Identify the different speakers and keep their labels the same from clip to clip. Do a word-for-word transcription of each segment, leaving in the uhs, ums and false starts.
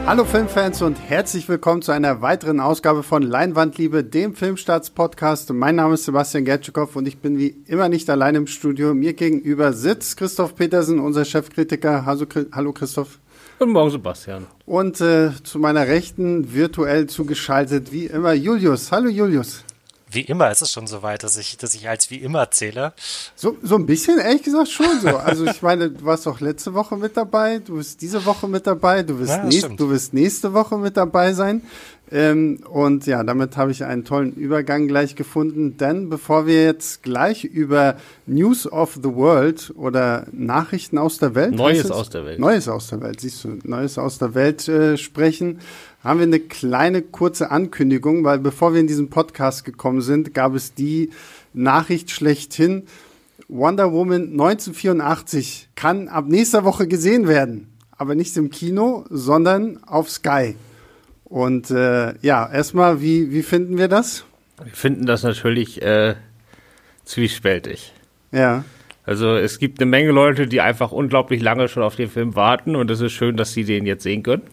Speaker 1: Hallo Filmfans und herzlich willkommen zu einer weiteren Ausgabe von Leinwandliebe, dem Filmstarts-Podcast. Mein Name ist Sebastian Gertschikow und ich bin wie immer nicht allein im Studio. Mir gegenüber sitzt Christoph Petersen, unser Chefkritiker. Hallo Christoph.
Speaker 2: Guten Morgen, Sebastian.
Speaker 1: Und äh, zu meiner Rechten virtuell zugeschaltet wie immer Julius. Hallo Julius.
Speaker 3: Wie immer ist es schon so weit, dass ich, dass ich als wie immer zähle.
Speaker 1: So, so ein bisschen, ehrlich gesagt, schon so. Also ich meine, du warst auch letzte Woche mit dabei, du bist diese Woche mit dabei, du wirst,
Speaker 3: Ja,
Speaker 1: nächst, du wirst nächste Woche mit dabei sein. Ähm, und ja, damit habe ich einen tollen Übergang gleich gefunden. Denn bevor wir jetzt gleich über News of the World oder Nachrichten aus der Welt,
Speaker 2: Neues aus der Welt.
Speaker 1: Neues aus der Welt, siehst du, Neues aus der Welt äh, sprechen, haben wir eine kleine kurze Ankündigung, weil bevor wir in diesen Podcast gekommen sind, gab es die Nachricht schlechthin. Wonder Woman neunzehnhundertvierundachtzig kann ab nächster Woche gesehen werden, aber nicht im Kino, sondern auf Sky. Und äh, ja, erstmal, wie, wie finden wir das?
Speaker 2: Wir finden das natürlich äh, zwiespältig.
Speaker 1: Ja.
Speaker 2: Also es gibt eine Menge Leute, die einfach unglaublich lange schon auf den Film warten und es ist schön, dass sie den jetzt sehen können.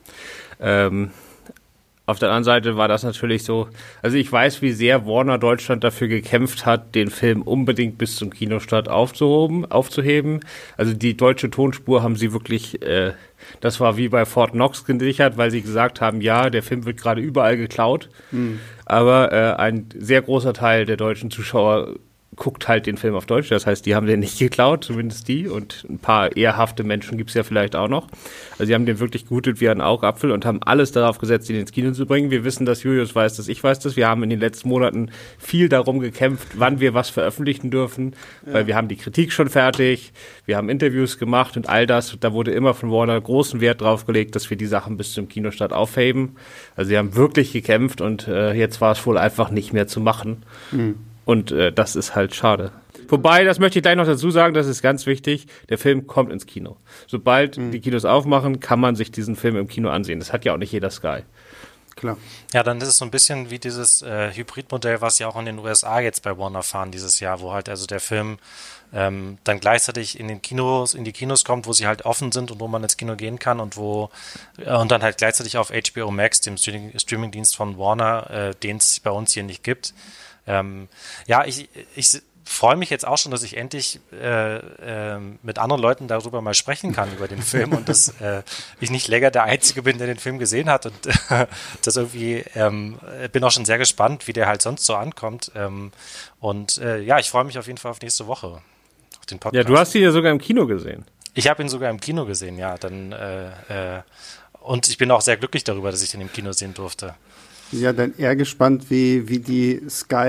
Speaker 2: Ähm, auf der anderen Seite war das natürlich so, also ich weiß, wie sehr Warner Deutschland dafür gekämpft hat, den Film unbedingt bis zum Kinostart aufzuhoben, aufzuheben. Also die deutsche Tonspur haben sie wirklich, äh, das war wie bei Fort Knox gesichert, weil sie gesagt haben, ja, der Film wird gerade überall geklaut, mhm. aber äh, ein sehr großer Teil der deutschen Zuschauer guckt halt den Film auf Deutsch, das heißt, die haben den nicht geklaut, zumindest die, und ein paar ehrhafte Menschen gibt's ja vielleicht auch noch. Also sie haben den wirklich gehutet wie ein Augapfel und haben alles darauf gesetzt, ihn ins Kino zu bringen. Wir wissen, dass Julius weiß, dass ich weiß das. Wir haben in den letzten Monaten viel darum gekämpft, wann wir was veröffentlichen dürfen, ja. weil wir haben die Kritik schon fertig, wir haben Interviews gemacht und all das. Da wurde immer von Warner großen Wert drauf gelegt, dass wir die Sachen bis zum Kinostart aufheben. Also sie haben wirklich gekämpft und äh, jetzt war es wohl einfach nicht mehr zu machen. Mhm. Und äh, das ist halt schade. Wobei, das möchte ich gleich noch dazu sagen, das ist ganz wichtig, der Film kommt ins Kino. Sobald mhm. die Kinos aufmachen, kann man sich diesen Film im Kino ansehen. Das hat ja auch nicht jeder Sky.
Speaker 1: Klar.
Speaker 3: Ja, dann ist es so ein bisschen wie dieses äh, Hybridmodell, was ja auch in den U S A jetzt bei Warner fahren dieses Jahr, wo halt also der Film ähm, dann gleichzeitig in den Kinos, in die Kinos kommt, wo sie halt offen sind und wo man ins Kino gehen kann und wo äh, und dann halt gleichzeitig auf H B O Max, dem Streaming- Streamingdienst von Warner, äh, den es bei uns hier nicht gibt. Ähm, ja, ich, ich freue mich jetzt auch schon, dass ich endlich äh, äh, mit anderen Leuten darüber mal sprechen kann, über den Film und dass äh, ich nicht länger der Einzige bin, der den Film gesehen hat und äh, das irgendwie, ähm, bin auch schon sehr gespannt, wie der halt sonst so ankommt ähm, und äh, ja, ich freue mich auf jeden Fall auf nächste Woche, auf den Podcast.
Speaker 2: Ja, du hast ihn ja sogar im Kino gesehen.
Speaker 3: Ich habe ihn sogar im Kino gesehen, ja, dann äh, äh, und ich bin auch sehr glücklich darüber, dass ich den im Kino sehen durfte.
Speaker 1: Ja, dann eher gespannt, wie, wie die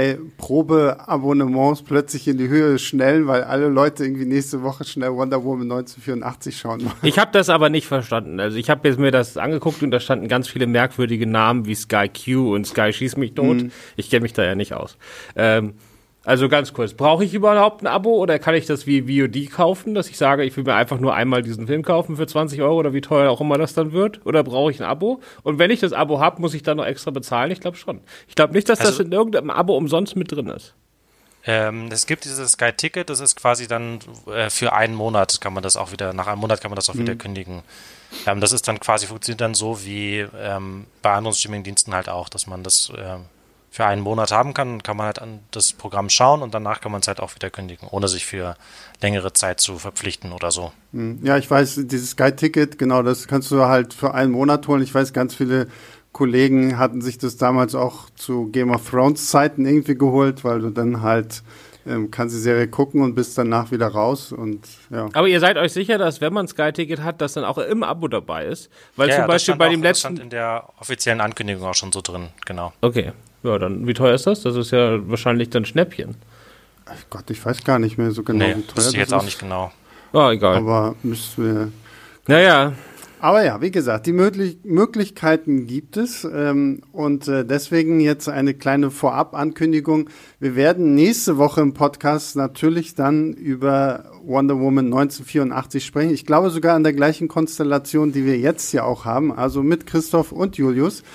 Speaker 1: Sky-Probe-Abonnements plötzlich in die Höhe schnellen, weil alle Leute irgendwie nächste Woche schnell Wonder Woman neunzehnhundertvierundachtzig schauen.
Speaker 2: Ich habe das aber nicht verstanden. Also ich habe jetzt mir das angeguckt und da standen ganz viele merkwürdige Namen wie Sky Q und Sky Schieß mich tot. Mhm. Ich kenne mich da ja nicht aus. Ähm, Also ganz kurz, brauche ich überhaupt ein Abo oder kann ich das wie V O D kaufen, dass ich sage, ich will mir einfach nur einmal diesen Film kaufen für zwanzig Euro oder wie teuer auch immer das dann wird? Oder brauche ich ein Abo? Und wenn ich das Abo habe, muss ich dann noch extra bezahlen? Ich glaube schon. Ich glaube nicht, dass also, das in irgendeinem Abo umsonst mit drin ist.
Speaker 3: Ähm, es gibt dieses Sky-Ticket, das ist quasi dann äh, für einen Monat kann man das auch wieder, nach einem Monat kann man das auch mhm. wieder kündigen. Ähm, das ist dann quasi, funktioniert dann so wie ähm, bei anderen Streaming-Diensten halt auch, dass man das äh, für einen Monat haben kann, kann man halt an das Programm schauen und danach kann man es halt auch wieder kündigen, ohne sich für längere Zeit zu verpflichten oder so.
Speaker 1: Ja, ich weiß, dieses Sky-Ticket, genau, das kannst du halt für einen Monat holen. Ich weiß, ganz viele Kollegen hatten sich das damals auch zu Game of Thrones Zeiten irgendwie geholt, weil du dann halt ähm, kannst die Serie gucken und bist danach wieder raus und ja.
Speaker 2: Aber ihr seid euch sicher, dass wenn man ein Sky-Ticket hat, das dann auch im Abo dabei ist? Weil
Speaker 3: ja,
Speaker 2: zum Beispiel bei
Speaker 3: auch,
Speaker 2: dem letzten...
Speaker 3: Das stand in der offiziellen Ankündigung auch schon so drin, genau.
Speaker 2: Okay. Ja, dann, wie teuer ist das? Das ist ja wahrscheinlich dann Schnäppchen.
Speaker 1: Ach Gott, ich weiß gar nicht mehr so genau,
Speaker 3: nee,
Speaker 1: wie teuer
Speaker 3: das ist.
Speaker 1: das
Speaker 3: jetzt
Speaker 1: ist.
Speaker 3: auch nicht genau.
Speaker 2: Ah, egal.
Speaker 1: Aber müssen wir...
Speaker 2: Naja.
Speaker 1: Aber ja, wie gesagt, die Möglich- Möglichkeiten gibt es ähm, und äh, deswegen jetzt eine kleine Vorab-Ankündigung. Wir werden nächste Woche im Podcast natürlich dann über Wonder Woman neunzehnhundertvierundachtzig sprechen. Ich glaube sogar an der gleichen Konstellation, die wir jetzt ja auch haben, also mit Christoph und Julius.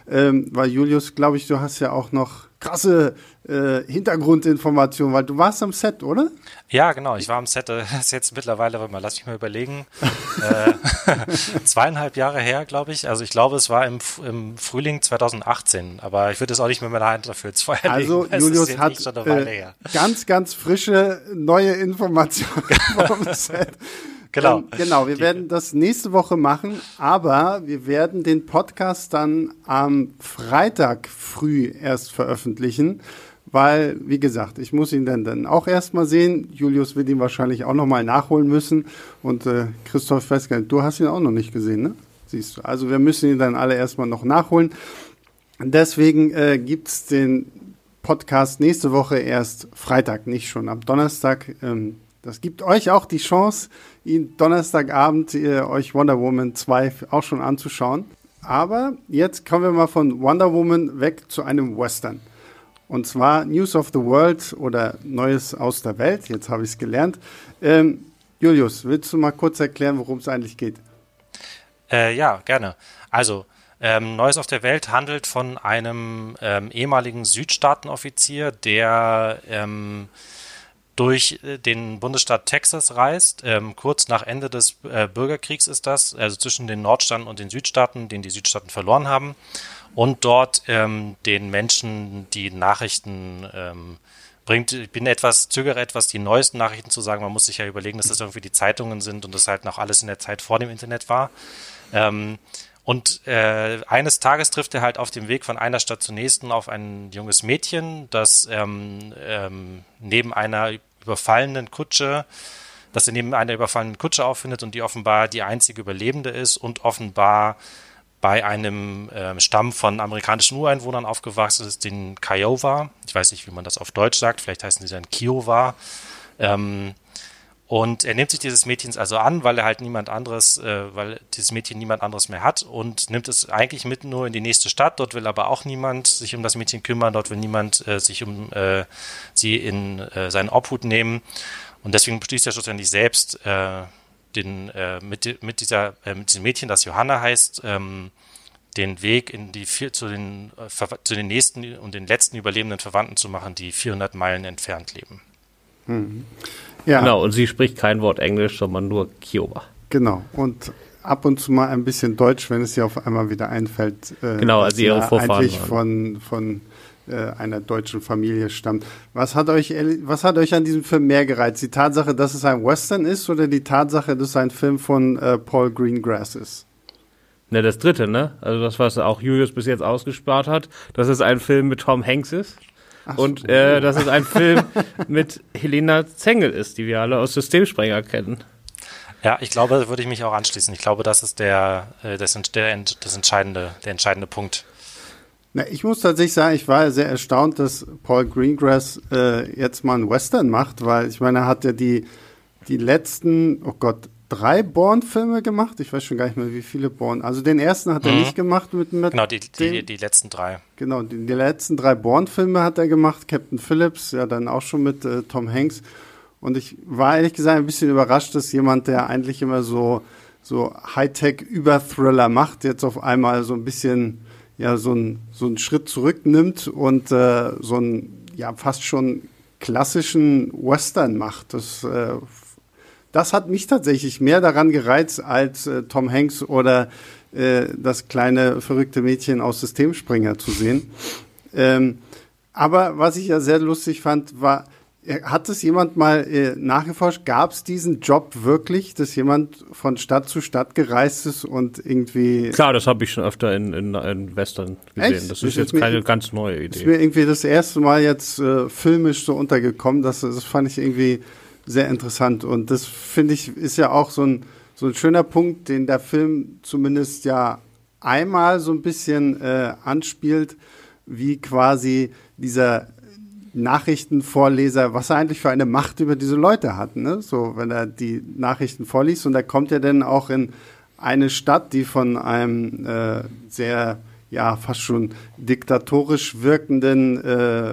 Speaker 1: ähm, weil Julius, glaube ich, du hast ja auch noch krasse äh, Hintergrundinformationen, weil du warst am Set, oder?
Speaker 3: Ja, genau, ich war am Set, das ist jetzt mittlerweile, warte mal, lass mich mal überlegen, äh, zweieinhalb Jahre her, glaube ich. Also ich glaube, es war im, im Frühling zwanzig achtzehn, aber ich würde es auch nicht mit meiner Hand dafür ins Feuer legen.
Speaker 1: Also Julius hat äh, ganz, ganz frische, neue Informationen vom Set.
Speaker 3: Genau.
Speaker 1: Ähm, genau, wir werden das nächste Woche machen, aber wir werden den Podcast dann am Freitag früh erst veröffentlichen, weil, wie gesagt, ich muss ihn dann, dann auch erstmal sehen. Julius wird ihn wahrscheinlich auch nochmal nachholen müssen und äh, Christoph, ich weiß gar nicht, du hast ihn auch noch nicht gesehen, ne? Siehst du, also wir müssen ihn dann alle erstmal noch nachholen. Deswegen äh, gibt es den Podcast nächste Woche erst Freitag, nicht schon am Donnerstag. Ähm, Das gibt euch auch die Chance, ihn Donnerstagabend äh, euch Wonder Woman zwei auch schon anzuschauen. Aber jetzt kommen wir mal von Wonder Woman weg zu einem Western. Und zwar News of the World oder Neues aus der Welt. Jetzt habe ich es gelernt. Ähm, Julius, willst du mal kurz erklären, worum es eigentlich geht?
Speaker 3: Äh, ja, gerne. Also, ähm, Neues auf der Welt handelt von einem ähm, ehemaligen Südstaatenoffizier, der ähm, durch den Bundesstaat Texas reist. Ähm, kurz nach Ende des äh, Bürgerkriegs ist das, also zwischen den Nordstaaten und den Südstaaten, den die Südstaaten verloren haben. Und dort ähm, den Menschen die Nachrichten ähm, bringt. Ich bin etwas, zögere etwas, die neuesten Nachrichten zu sagen. Man muss sich ja überlegen, dass das irgendwie die Zeitungen sind und das halt noch alles in der Zeit vor dem Internet war. Ähm, Und äh, eines Tages trifft er halt auf dem Weg von einer Stadt zur nächsten auf ein junges Mädchen, das ähm, ähm, neben einer überfallenen Kutsche, das er neben einer überfallenen Kutsche auffindet und die offenbar die einzige Überlebende ist und offenbar bei einem äh, Stamm von amerikanischen Ureinwohnern aufgewachsen ist, den Kiowa. Ich weiß nicht, wie man das auf Deutsch sagt, vielleicht heißen sie dann Kiowa. Ähm, Und er nimmt sich dieses Mädchens also an, weil er halt niemand anderes, äh, weil dieses Mädchen niemand anderes mehr hat und nimmt es eigentlich mit nur in die nächste Stadt. Dort will aber auch niemand sich um das Mädchen kümmern. Dort will niemand äh, sich um äh, sie in äh, seinen Obhut nehmen. Und deswegen beschließt er schlussendlich selbst, äh, den, äh, mit, mit, dieser, äh, mit diesem Mädchen, das Johanna heißt, ähm, den Weg in die vier, zu, den, äh, zu den nächsten und den letzten überlebenden Verwandten zu machen, die vierhundert Meilen entfernt leben.
Speaker 1: Mhm. Ja.
Speaker 2: Genau, und sie spricht kein Wort Englisch, sondern nur Kiowa.
Speaker 1: Genau, und ab und zu mal ein bisschen Deutsch, wenn es ihr auf einmal wieder einfällt. Äh,
Speaker 2: genau, also ihre Vorfahren
Speaker 1: eigentlich von, von äh, einer deutschen Familie stammt. Was hat euch, was hat euch an diesem Film mehr gereizt? Die Tatsache, dass es ein Western ist oder die Tatsache, dass es ein Film von äh, Paul Greengrass ist?
Speaker 2: Ne, das dritte, ne? Also das, was auch Julius bis jetzt ausgespart hat, dass es ein Film mit Tom Hanks ist. Ach und so. äh, dass es ein Film mit Helena Zengel ist, die wir alle aus Systemsprenger kennen.
Speaker 3: Ja, ich glaube, würde ich mich auch anschließen. Ich glaube, das ist der, äh, das, der, das entscheidende, der entscheidende Punkt.
Speaker 1: Na, ich muss tatsächlich sagen, ich war sehr erstaunt, dass Paul Greengrass äh, jetzt mal einen Western macht, weil ich meine, er hat ja die, die letzten, oh Gott, drei Bourne-Filme gemacht. Ich weiß schon gar nicht mehr, wie viele Bourne. Also den ersten hat er mhm. nicht gemacht mit mit
Speaker 3: Genau, die, die, die letzten drei.
Speaker 1: Genau, die, die letzten drei Bourne-Filme hat er gemacht. Captain Phillips, ja dann auch schon mit äh, Tom Hanks. Und ich war ehrlich gesagt ein bisschen überrascht, dass jemand, der eigentlich immer so, so Hightech-Über-Thriller macht, jetzt auf einmal so ein bisschen, ja, so ein, so einen Schritt zurücknimmt und äh, so einen, ja, fast schon klassischen Western macht. Das äh, Das hat mich tatsächlich mehr daran gereizt als äh, Tom Hanks oder äh, das kleine verrückte Mädchen aus Systemspringer zu sehen. Ähm, aber was ich ja sehr lustig fand, war, äh, hat es jemand mal äh, nachgeforscht, gab es diesen Job wirklich, dass jemand von Stadt zu Stadt gereist ist und irgendwie...
Speaker 2: Klar, das habe ich schon öfter in, in, in Western gesehen.
Speaker 1: Echt?
Speaker 2: Das ist, ist jetzt keine mir, ganz neue Idee.
Speaker 1: Ist mir irgendwie das erste Mal jetzt äh, filmisch so untergekommen, das, das fand ich irgendwie... sehr interessant und das finde ich ist ja auch so ein so ein schöner Punkt, den der Film zumindest ja einmal so ein bisschen äh, anspielt, wie quasi dieser Nachrichtenvorleser, was er eigentlich für eine Macht über diese Leute hat, ne? So, wenn er die Nachrichten vorliest und da kommt er dann auch in eine Stadt, die von einem äh, sehr, ja, fast schon diktatorisch wirkenden äh,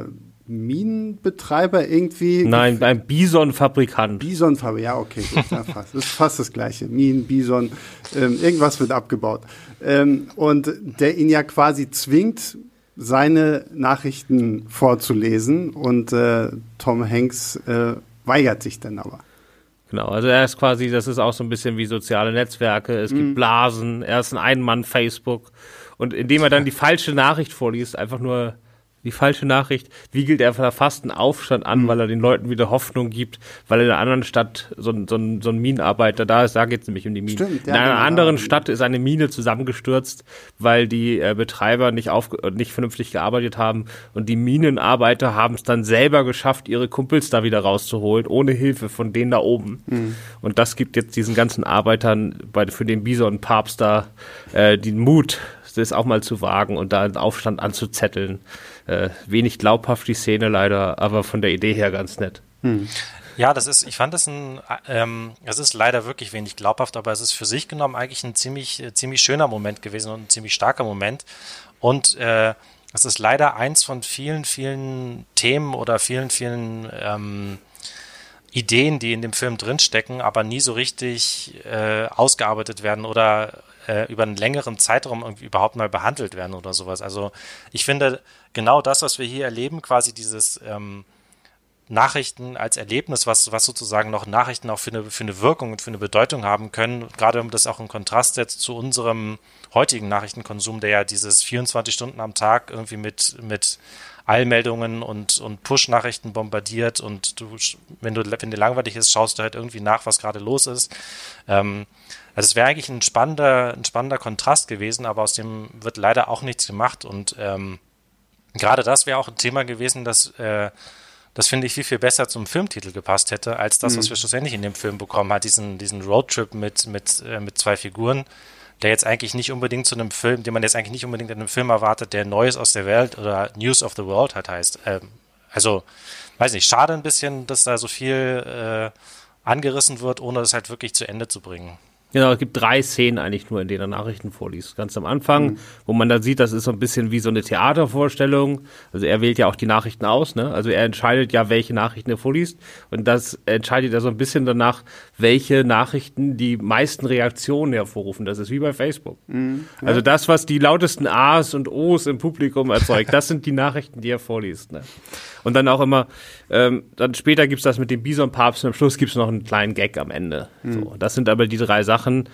Speaker 1: Minenbetreiber irgendwie.
Speaker 2: Nein, ein Bison-Fabrikant.
Speaker 1: Bison-Fabrikant, ja, okay, gut, ja, fast. Das ist fast das Gleiche. Minen, Bison, ähm, irgendwas wird abgebaut. Ähm, und der ihn ja quasi zwingt, seine Nachrichten vorzulesen und äh, Tom Hanks äh, weigert sich dann aber.
Speaker 2: Genau, also er ist quasi, das ist auch so ein bisschen wie soziale Netzwerke, es gibt mhm. Blasen, er ist ein Ein-Mann-Facebook und indem er dann die falsche Nachricht vorliest, einfach nur die falsche Nachricht, wiegelt er fast einen Aufstand an, mhm. weil er den Leuten wieder Hoffnung gibt, weil in einer anderen Stadt so ein, so ein, so ein Minenarbeiter da ist, da geht es nämlich um die Minen. Stimmt, ja, in einer genau. anderen Stadt ist eine Mine zusammengestürzt, weil die äh, Betreiber nicht, auf, nicht vernünftig gearbeitet haben und die Minenarbeiter haben es dann selber geschafft, ihre Kumpels da wieder rauszuholen, ohne Hilfe von denen da oben. Mhm. Und das gibt jetzt diesen ganzen Arbeitern bei, für den Bison-Papst da äh, den Mut, das auch mal zu wagen und da einen Aufstand anzuzetteln. Äh, wenig glaubhaft die Szene leider, aber von der Idee her ganz nett.
Speaker 3: Hm. Ja, das ist, ich fand das ein, ähm, es ist leider wirklich wenig glaubhaft, aber es ist für sich genommen eigentlich ein ziemlich, äh, ziemlich schöner Moment gewesen und ein ziemlich starker Moment. Und äh, es ist leider eins von vielen, vielen Themen oder vielen, vielen ähm, Ideen, die in dem Film drinstecken, aber nie so richtig äh, ausgearbeitet werden oder äh, über einen längeren Zeitraum irgendwie überhaupt mal behandelt werden oder sowas. Also ich finde, genau das, was wir hier erleben, quasi dieses ähm, Nachrichten als Erlebnis, was, was sozusagen noch Nachrichten auch für eine, für eine Wirkung und für eine Bedeutung haben können, gerade wenn man das auch in Kontrast setzt zu unserem heutigen Nachrichtenkonsum, der ja dieses vierundzwanzig Stunden am Tag irgendwie mit, mit Eilmeldungen und, und Push-Nachrichten bombardiert und du, wenn du, wenn dir langweilig ist, schaust du halt irgendwie nach, was gerade los ist. Ähm, also es wäre eigentlich ein spannender, ein spannender Kontrast gewesen, aber aus dem wird leider auch nichts gemacht und ähm, gerade das wäre auch ein Thema gewesen, das, äh, das finde ich viel, viel besser zum Filmtitel gepasst hätte, als das, mhm. was wir schlussendlich in dem Film bekommen hat, diesen, diesen Roadtrip mit, mit, äh, mit zwei Figuren, der jetzt eigentlich nicht unbedingt zu einem Film, den man jetzt eigentlich nicht unbedingt in einem Film erwartet, der Neues aus der Welt oder News of the World halt heißt. Ähm, also, weiß nicht, schade ein bisschen, dass da so viel äh, angerissen wird, ohne das halt wirklich zu Ende zu bringen.
Speaker 2: Genau, es gibt drei Szenen eigentlich nur, in denen er Nachrichten vorliest. Ganz am Anfang, mhm. wo man dann sieht, das ist so ein bisschen wie so eine Theatervorstellung. Also er wählt ja auch die Nachrichten aus, ne? Also er entscheidet ja, welche Nachrichten er vorliest. Und das entscheidet er so ein bisschen danach, welche Nachrichten die meisten Reaktionen hervorrufen. Das ist wie bei Facebook. Mhm. Ja. Also das, was die lautesten A's und O's im Publikum erzeugt, das sind die Nachrichten, die er vorliest, ne? Und dann auch immer, ähm, dann später gibt's das mit dem Bison-Papst und am Schluss gibt's noch einen kleinen Gag am Ende. Mhm. So, das sind aber die drei Sachen.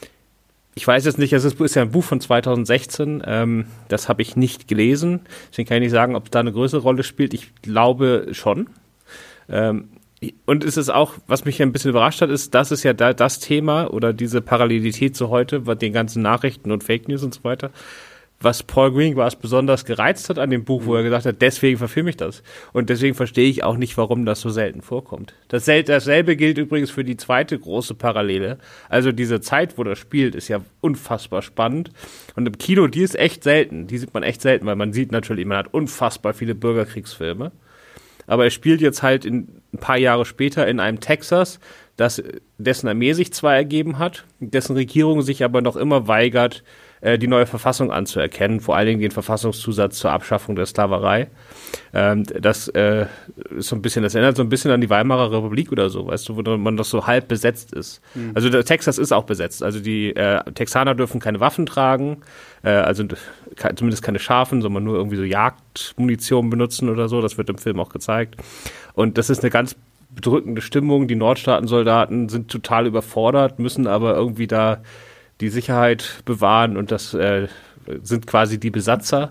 Speaker 2: Ich weiß jetzt nicht, es ist ja ein Buch von zweitausendsechzehn, ähm, das habe ich nicht gelesen, deswegen kann ich nicht sagen, ob es da eine größere Rolle spielt. Ich glaube schon. Ähm, und es ist auch, was mich ein bisschen überrascht hat, ist, das ist ja da, das Thema oder diese Parallelität zu heute, bei den ganzen Nachrichten und Fake News und so weiter, was Paul Greengrass besonders gereizt hat an dem Buch, wo er gesagt hat, deswegen verfilme ich das. Und deswegen verstehe ich auch nicht, warum das so selten vorkommt. Das sel- dasselbe gilt übrigens für die zweite große Parallele. Also diese Zeit, wo das spielt, ist ja unfassbar spannend. Und im Kino, die ist echt selten. Die sieht man echt selten, weil man sieht natürlich, man hat unfassbar viele Bürgerkriegsfilme. Aber er spielt jetzt halt in, ein paar Jahre später in einem Texas, das, dessen Armee sich zwar ergeben hat, dessen Regierung sich aber noch immer weigert, die neue Verfassung anzuerkennen, vor allen Dingen den Verfassungszusatz zur Abschaffung der Sklaverei. Ähm, das äh, ist so ein bisschen, das erinnert so ein bisschen an die Weimarer Republik oder so, weißt du, wo man doch so halb besetzt ist. Mhm. Also der Texas ist auch besetzt. Also die äh, Texaner dürfen keine Waffen tragen, äh, also ke- zumindest keine scharfen, sondern nur irgendwie so Jagdmunition benutzen oder so. Das wird im Film auch gezeigt. Und das ist eine ganz bedrückende Stimmung. Die Nordstaatensoldaten sind total überfordert, müssen aber irgendwie da die Sicherheit bewahren und das äh, sind quasi die Besatzer.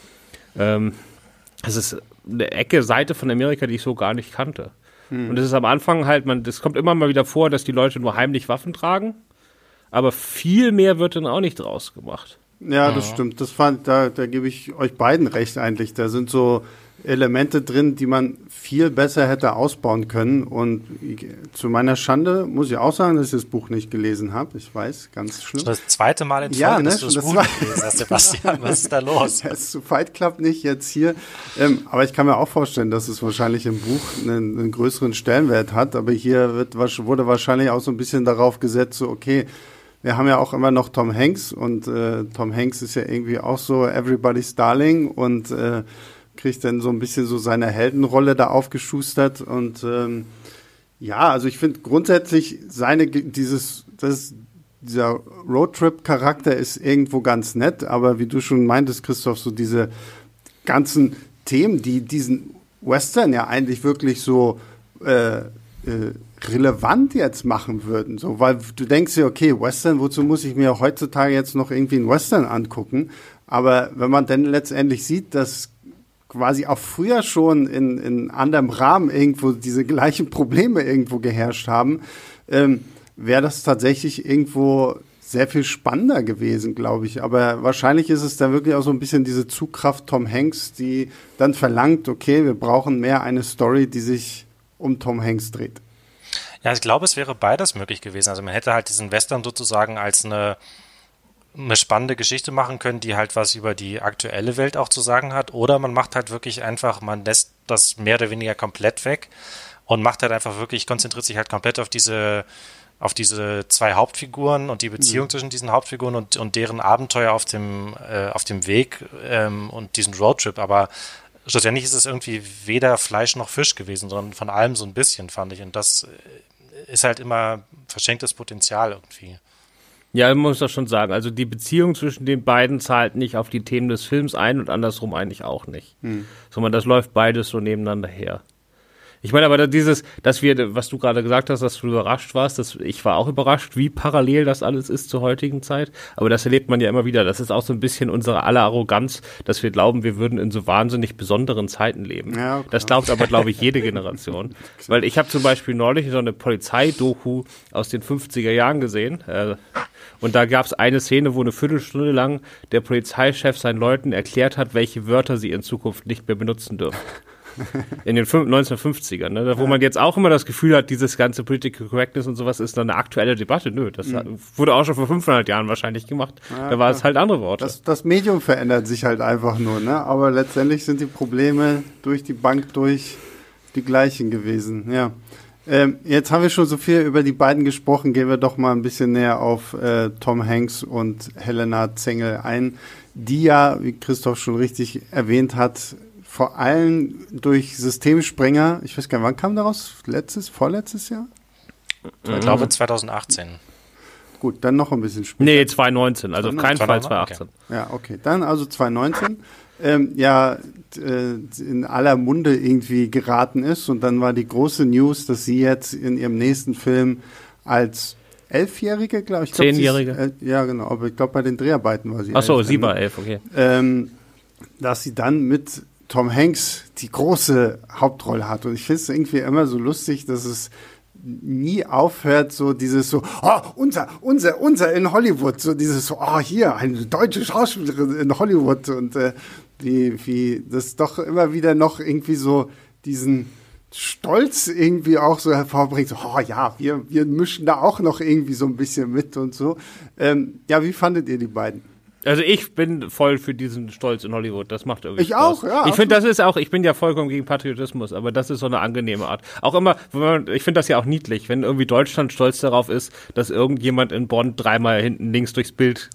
Speaker 2: Ähm, das ist eine Ecke, Seite von Amerika, die ich so gar nicht kannte. Hm. Und das ist am Anfang halt, man, das kommt immer mal wieder vor, dass die Leute nur heimlich Waffen tragen, aber viel mehr wird dann auch nicht draus gemacht.
Speaker 1: Ja, das ja. stimmt. Das fand, da, da gebe ich euch beiden recht eigentlich. Da sind so Elemente drin, die man viel besser hätte ausbauen können. Und ich, zu meiner Schande muss ich auch sagen, dass ich das Buch nicht gelesen habe. Ich weiß, ganz schlimm.
Speaker 3: Das zweite Mal in Folge,
Speaker 1: ja, ne,
Speaker 3: dass du das Buch nicht gelesen hast, Sebastian. Was ist da los?
Speaker 1: Es ist zu Fight Club nicht, jetzt hier. Ähm, aber ich kann mir auch vorstellen, dass es wahrscheinlich im Buch einen, einen größeren Stellenwert hat. Aber hier wird, wurde wahrscheinlich auch so ein bisschen darauf gesetzt, so okay, wir haben ja auch immer noch Tom Hanks und äh, Tom Hanks ist ja irgendwie auch so everybody's darling und äh, kriegt dann so ein bisschen so seine Heldenrolle da aufgeschustert und ähm, ja, also ich finde grundsätzlich seine, dieses, das, dieser Roadtrip-Charakter ist irgendwo ganz nett, aber wie du schon meintest, Christoph, so diese ganzen Themen, die diesen Western ja eigentlich wirklich so äh, äh, relevant jetzt machen würden, so, weil du denkst dir, okay, Western, wozu muss ich mir heutzutage jetzt noch irgendwie einen Western angucken? Aber wenn man dann letztendlich sieht, dass quasi auch früher schon in, in anderem Rahmen irgendwo diese gleichen Probleme irgendwo geherrscht haben, ähm, wäre das tatsächlich irgendwo sehr viel spannender gewesen, glaube ich. Aber wahrscheinlich ist es da wirklich auch so ein bisschen diese Zugkraft Tom Hanks, die dann verlangt, okay, wir brauchen mehr eine Story, die sich um Tom Hanks dreht.
Speaker 3: Ja, ich glaube, es wäre beides möglich gewesen. Also man hätte halt diesen Western sozusagen als eine eine spannende Geschichte machen können, die halt was über die aktuelle Welt auch zu sagen hat, oder man macht halt wirklich einfach, man lässt das mehr oder weniger komplett weg und macht halt einfach wirklich, konzentriert sich halt komplett auf diese auf diese zwei Hauptfiguren und die Beziehung mhm. zwischen diesen Hauptfiguren und, und deren Abenteuer auf dem äh, auf dem Weg ähm, und diesen Roadtrip, aber schlussendlich ist es irgendwie weder Fleisch noch Fisch gewesen, sondern von allem so ein bisschen, fand ich, und das ist halt immer verschenktes Potenzial irgendwie.
Speaker 2: Ja, man muss das schon sagen. Also die Beziehung zwischen den beiden zahlt nicht auf die Themen des Films ein und andersrum eigentlich auch nicht. Hm. Sondern das läuft beides so nebeneinander her. Ich meine aber dieses, dass wir, was du gerade gesagt hast, dass du überrascht warst, dass ich war auch überrascht, wie parallel das alles ist zur heutigen Zeit. Aber das erlebt man ja immer wieder. Das ist auch so ein bisschen unsere aller Arroganz, dass wir glauben, wir würden in so wahnsinnig besonderen Zeiten leben. Ja, okay. Das glaubt aber, glaube ich, jede Generation. Weil ich habe zum Beispiel neulich so eine Polizeidoku aus den fünfziger Jahren gesehen. Äh, und da gab es eine Szene, wo eine Viertelstunde lang der Polizeichef seinen Leuten erklärt hat, welche Wörter sie in Zukunft nicht mehr benutzen dürfen. In den neunzehnhundertfünfzigern, ne? Wo man jetzt auch immer das Gefühl hat, dieses ganze Political Correctness und sowas ist eine aktuelle Debatte. Nö, das mhm. wurde auch schon vor fünfhundert Jahren wahrscheinlich gemacht. Ja, da war es halt andere Worte.
Speaker 1: Das, das Medium verändert sich halt einfach nur, ne? Aber letztendlich sind die Probleme durch die Bank durch die gleichen gewesen, ja. Ähm, jetzt haben wir schon so viel über die beiden gesprochen, gehen wir doch mal ein bisschen näher auf äh, Tom Hanks und Helena Zengel ein, die ja, wie Christoph schon richtig erwähnt hat, vor allem durch Systemsprenger, ich weiß gar nicht, wann kam daraus? Letztes, vorletztes Jahr?
Speaker 3: Ich glaube zwanzig achtzehn.
Speaker 1: Gut, dann noch ein bisschen später.
Speaker 2: Nee, zwanzig neunzehn, also auf keinen Fall zwanzig achtzehn.
Speaker 1: Okay. Ja, okay, dann also zwanzig neunzehn. Ähm, ja, äh, in aller Munde irgendwie geraten ist und dann war die große News, dass sie jetzt in ihrem nächsten Film als Elfjährige, glaube ich.
Speaker 2: Zehnjährige.
Speaker 1: Äh, ja, genau, aber ich glaube bei den Dreharbeiten war sie
Speaker 2: Ach so, elf, sie war elf, okay.
Speaker 1: Ähm, dass sie dann mit Tom Hanks die große Hauptrolle hat. Und ich finde es irgendwie immer so lustig, dass es nie aufhört, so dieses so, oh, unser, unser, unser in Hollywood, so dieses so, oh, hier, eine deutsche Schauspielerin in Hollywood und äh, wie, wie das doch immer wieder noch irgendwie so diesen Stolz irgendwie auch so hervorbringt, so, oh ja, wir, wir mischen da auch noch irgendwie so ein bisschen mit und so. Ähm, ja, wie fandet ihr die beiden?
Speaker 2: Also ich bin voll für diesen Stolz in Hollywood. Das macht irgendwie
Speaker 1: Ich
Speaker 2: Spaß.
Speaker 1: auch, ja.
Speaker 2: Ich finde, das ist auch, ich bin ja vollkommen gegen Patriotismus, aber das ist so eine angenehme Art. Auch immer, wenn man, ich finde das ja auch niedlich, wenn irgendwie Deutschland stolz darauf ist, dass irgendjemand in Bonn dreimal hinten links durchs Bild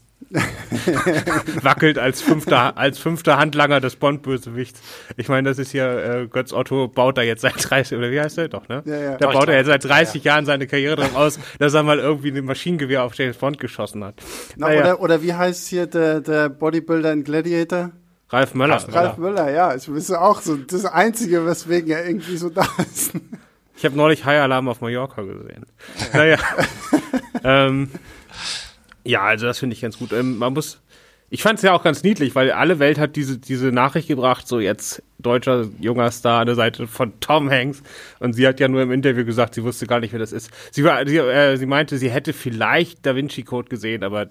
Speaker 2: wackelt als fünfter, als fünfter Handlanger des Bond-Bösewichts. Ich meine, das ist ja, äh, Götz Otto baut da jetzt seit dreißig, oder wie heißt der? Doch, ne? Ja, ja. Da baut er jetzt seit dreißig ja. Jahren seine Karriere darauf aus, dass er mal irgendwie ein Maschinengewehr auf James Bond geschossen hat.
Speaker 1: Na, naja. oder, oder wie heißt hier der, der Bodybuilder in Gladiator?
Speaker 2: Ralf Möller.
Speaker 1: Ralf Möller, Ralf Möller ja. Ich wüsste auch so, das Einzige, weswegen er irgendwie so da ist.
Speaker 2: Ich habe neulich High Alarm auf Mallorca gesehen. Naja. ähm, Ja, also das finde ich ganz gut. Ähm, man muss, ich fand es ja auch ganz niedlich, weil alle Welt hat diese diese Nachricht gebracht, so jetzt deutscher junger Star an der Seite von Tom Hanks. Und sie hat ja nur im Interview gesagt, sie wusste gar nicht, wer das ist. Sie war, sie, äh, sie meinte, sie hätte vielleicht Da Vinci Code gesehen, aber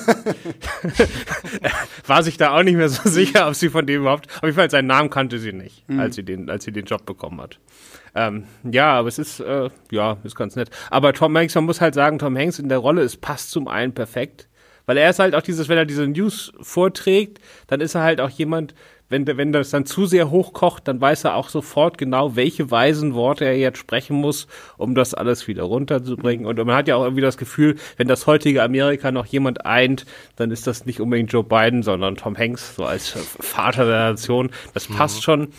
Speaker 2: war sich da auch nicht mehr so sicher, ob sie von dem überhaupt. Auf jeden Fall seinen Namen kannte sie nicht, mhm. als sie den, als sie den Job bekommen hat. Ähm, ja, aber es ist, äh, ja, ist ganz nett. Aber Tom Hanks, man muss halt sagen, Tom Hanks in der Rolle, es passt zum einen perfekt. Weil er ist halt auch dieses, wenn er diese News vorträgt, dann ist er halt auch jemand, wenn, wenn das dann zu sehr hochkocht, dann weiß er auch sofort genau, welche weisen Worte er jetzt sprechen muss, um das alles wieder runterzubringen. Und man hat ja auch irgendwie das Gefühl, wenn das heutige Amerika noch jemand eint, dann ist das nicht unbedingt Joe Biden, sondern Tom Hanks, so als Vater der Nation. Das passt mhm. schon.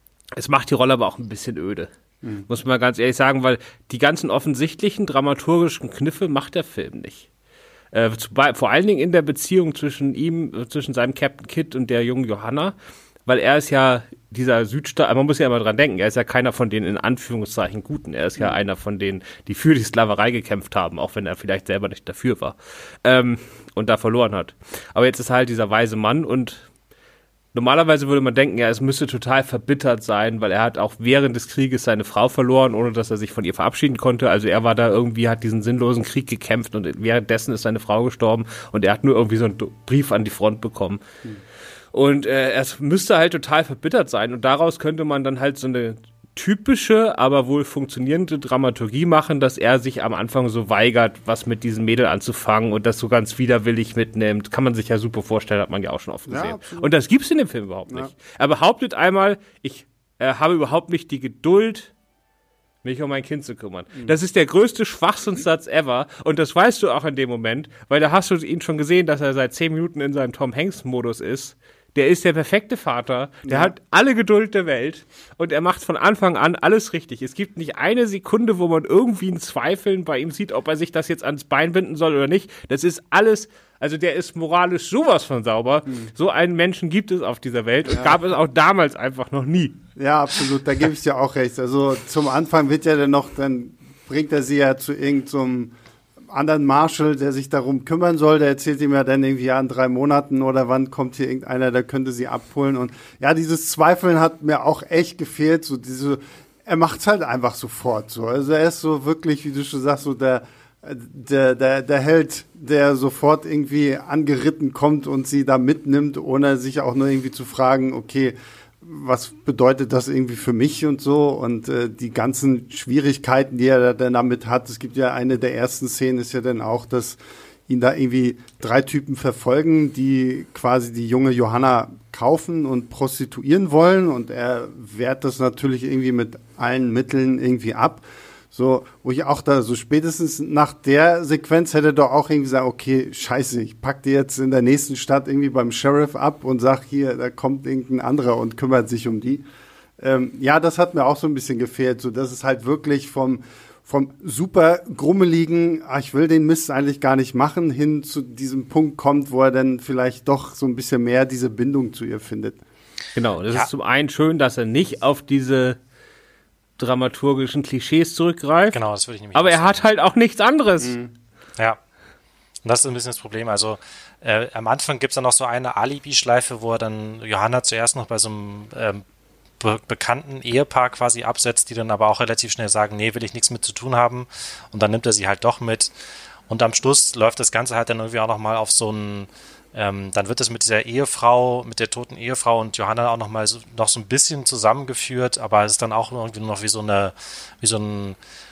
Speaker 2: Es macht die Rolle aber auch ein bisschen öde. Mhm. Muss man ganz ehrlich sagen, weil die ganzen offensichtlichen dramaturgischen Kniffe macht der Film nicht. Äh, zu, vor allen Dingen in der Beziehung zwischen ihm, äh, zwischen seinem Captain Kidd und der jungen Johanna, weil er ist ja dieser Südstaat, man muss ja immer dran denken, er ist ja keiner von den in Anführungszeichen Guten, er ist ja einer von denen, die für die Sklaverei gekämpft haben, auch wenn er vielleicht selber nicht dafür war ähm, und da verloren hat. Aber jetzt ist er halt dieser weise Mann und normalerweise würde man denken, ja, es müsste total verbittert sein, weil er hat auch während des Krieges seine Frau verloren, ohne dass er sich von ihr verabschieden konnte. Also er war da irgendwie, hat diesen sinnlosen Krieg gekämpft und währenddessen ist seine Frau gestorben und er hat nur irgendwie so einen Brief an die Front bekommen. Mhm. Und äh, es müsste halt total verbittert sein und daraus könnte man dann halt so eine typische, aber wohl funktionierende Dramaturgie machen, dass er sich am Anfang so weigert, was mit diesem Mädel anzufangen und das so ganz widerwillig mitnimmt. Kann man sich ja super vorstellen, hat man ja auch schon oft gesehen. Ja, und das gibt's in dem Film überhaupt nicht. Ja. Er behauptet einmal, ich äh, habe überhaupt nicht die Geduld, mich um mein Kind zu kümmern. Mhm. Das ist der größte Schwachsinnssatz ever und das weißt du auch in dem Moment, weil da hast du ihn schon gesehen, dass er seit zehn Minuten in seinem Tom Hanks-Modus ist. Der ist der perfekte Vater, der ja. hat alle Geduld der Welt und er macht von Anfang an alles richtig. Es gibt nicht eine Sekunde, wo man irgendwie ein Zweifeln bei ihm sieht, ob er sich das jetzt ans Bein binden soll oder nicht. Das ist alles, also der ist moralisch sowas von sauber. Mhm. So einen Menschen gibt es auf dieser Welt und ja. gab es auch damals einfach noch nie.
Speaker 1: Ja, absolut, da gebe ich dir auch recht. Also zum Anfang wird ja dann noch, dann bringt er sie ja zu irgendeinem anderen Marshall, der sich darum kümmern soll, der erzählt ihm ja dann irgendwie, ja, in drei Monaten oder wann kommt hier irgendeiner, der könnte sie abholen und ja, dieses Zweifeln hat mir auch echt gefehlt, so diese, er macht's halt einfach sofort so, also er ist so wirklich, wie du schon sagst, so der, der, der, der Held, der sofort irgendwie angeritten kommt und sie da mitnimmt, ohne sich auch nur irgendwie zu fragen, okay, was bedeutet das irgendwie für mich und so und äh, die ganzen Schwierigkeiten, die er dann damit hat. Es gibt ja eine der ersten Szenen, ist ja dann auch, dass ihn da irgendwie drei Typen verfolgen, die quasi die junge Johanna kaufen und prostituieren wollen und er wehrt das natürlich irgendwie mit allen Mitteln irgendwie ab. So, wo ich auch da, so spätestens nach der Sequenz hätte doch auch irgendwie gesagt, okay, scheiße, ich pack die jetzt in der nächsten Stadt irgendwie beim Sheriff ab und sag hier, da kommt irgendein anderer und kümmert sich um die. Ähm, ja, das hat mir auch so ein bisschen gefehlt, so dass es halt wirklich vom, vom super grummeligen, ach, ich will den Mist eigentlich gar nicht machen, hin zu diesem Punkt kommt, wo er dann vielleicht doch so ein bisschen mehr diese Bindung zu ihr findet.
Speaker 2: Genau, das
Speaker 3: ja.
Speaker 2: ist zum einen schön, dass er nicht auf diese dramaturgischen Klischees zurückgreift.
Speaker 3: Genau, das würde ich nämlich
Speaker 2: Aber er hat halt auch nichts anderes.
Speaker 3: Mhm. Ja, und das ist ein bisschen das Problem. Also äh, am Anfang gibt es dann noch so eine Alibi-Schleife, wo er dann Johanna zuerst noch bei so einem ähm, be- bekannten Ehepaar quasi absetzt, die dann aber auch relativ schnell sagen, nee, will ich nichts mit zu tun haben. Und dann nimmt er sie halt doch mit. Und am Schluss läuft das Ganze halt dann irgendwie auch nochmal auf so einen Ähm, dann wird es mit dieser Ehefrau, mit der toten Ehefrau und Johanna auch noch mal so, noch so ein bisschen zusammengeführt, aber es ist dann auch irgendwie nur noch wie so eine, wie so ein,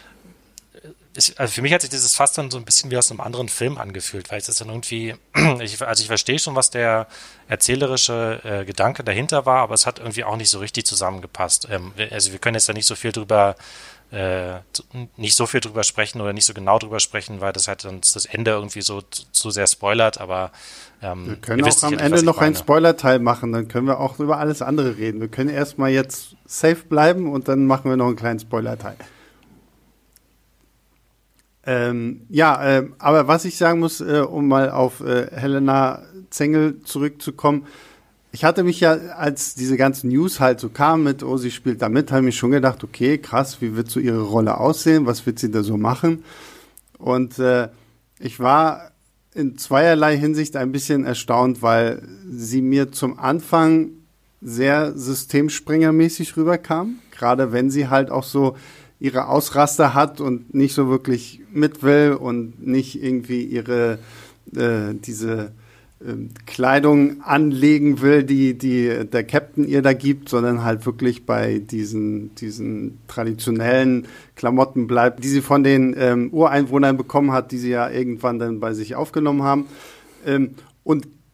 Speaker 3: ich, also für mich hat sich dieses fast dann so ein bisschen wie aus einem anderen Film angefühlt, weil es ist dann irgendwie, ich, also ich verstehe schon, was der erzählerische äh, Gedanke dahinter war, aber es hat irgendwie auch nicht so richtig zusammengepasst. Ähm, also wir können jetzt da nicht so viel drüber Äh, nicht so viel drüber sprechen oder nicht so genau drüber sprechen, weil das halt uns das Ende irgendwie so zu sehr spoilert, aber ähm,
Speaker 1: wir können auch am Ende noch einen Spoiler-Teil machen, dann können wir auch über alles andere reden. Wir können erstmal jetzt safe bleiben und dann machen wir noch einen kleinen Spoiler-Teil. Ähm, ja, äh, aber was ich sagen muss, äh, um mal auf äh, Helena Zengel zurückzukommen, ich hatte mich ja, als diese ganzen News halt so kamen mit, oh, sie spielt da mit, habe ich mich schon gedacht, okay, krass, wie wird so ihre Rolle aussehen, was wird sie da so machen? Und äh, ich war in zweierlei Hinsicht ein bisschen erstaunt, weil sie mir zum Anfang sehr systemspringermäßig rüberkam, gerade wenn sie halt auch so ihre Ausraster hat und nicht so wirklich mit will und nicht irgendwie ihre, äh, diese Kleidung anlegen will, die, die der Captain ihr da gibt, sondern halt wirklich bei diesen, diesen traditionellen Klamotten bleibt, die sie von den ähm, Ureinwohnern bekommen hat, die sie ja irgendwann dann bei sich aufgenommen haben. Ähm, und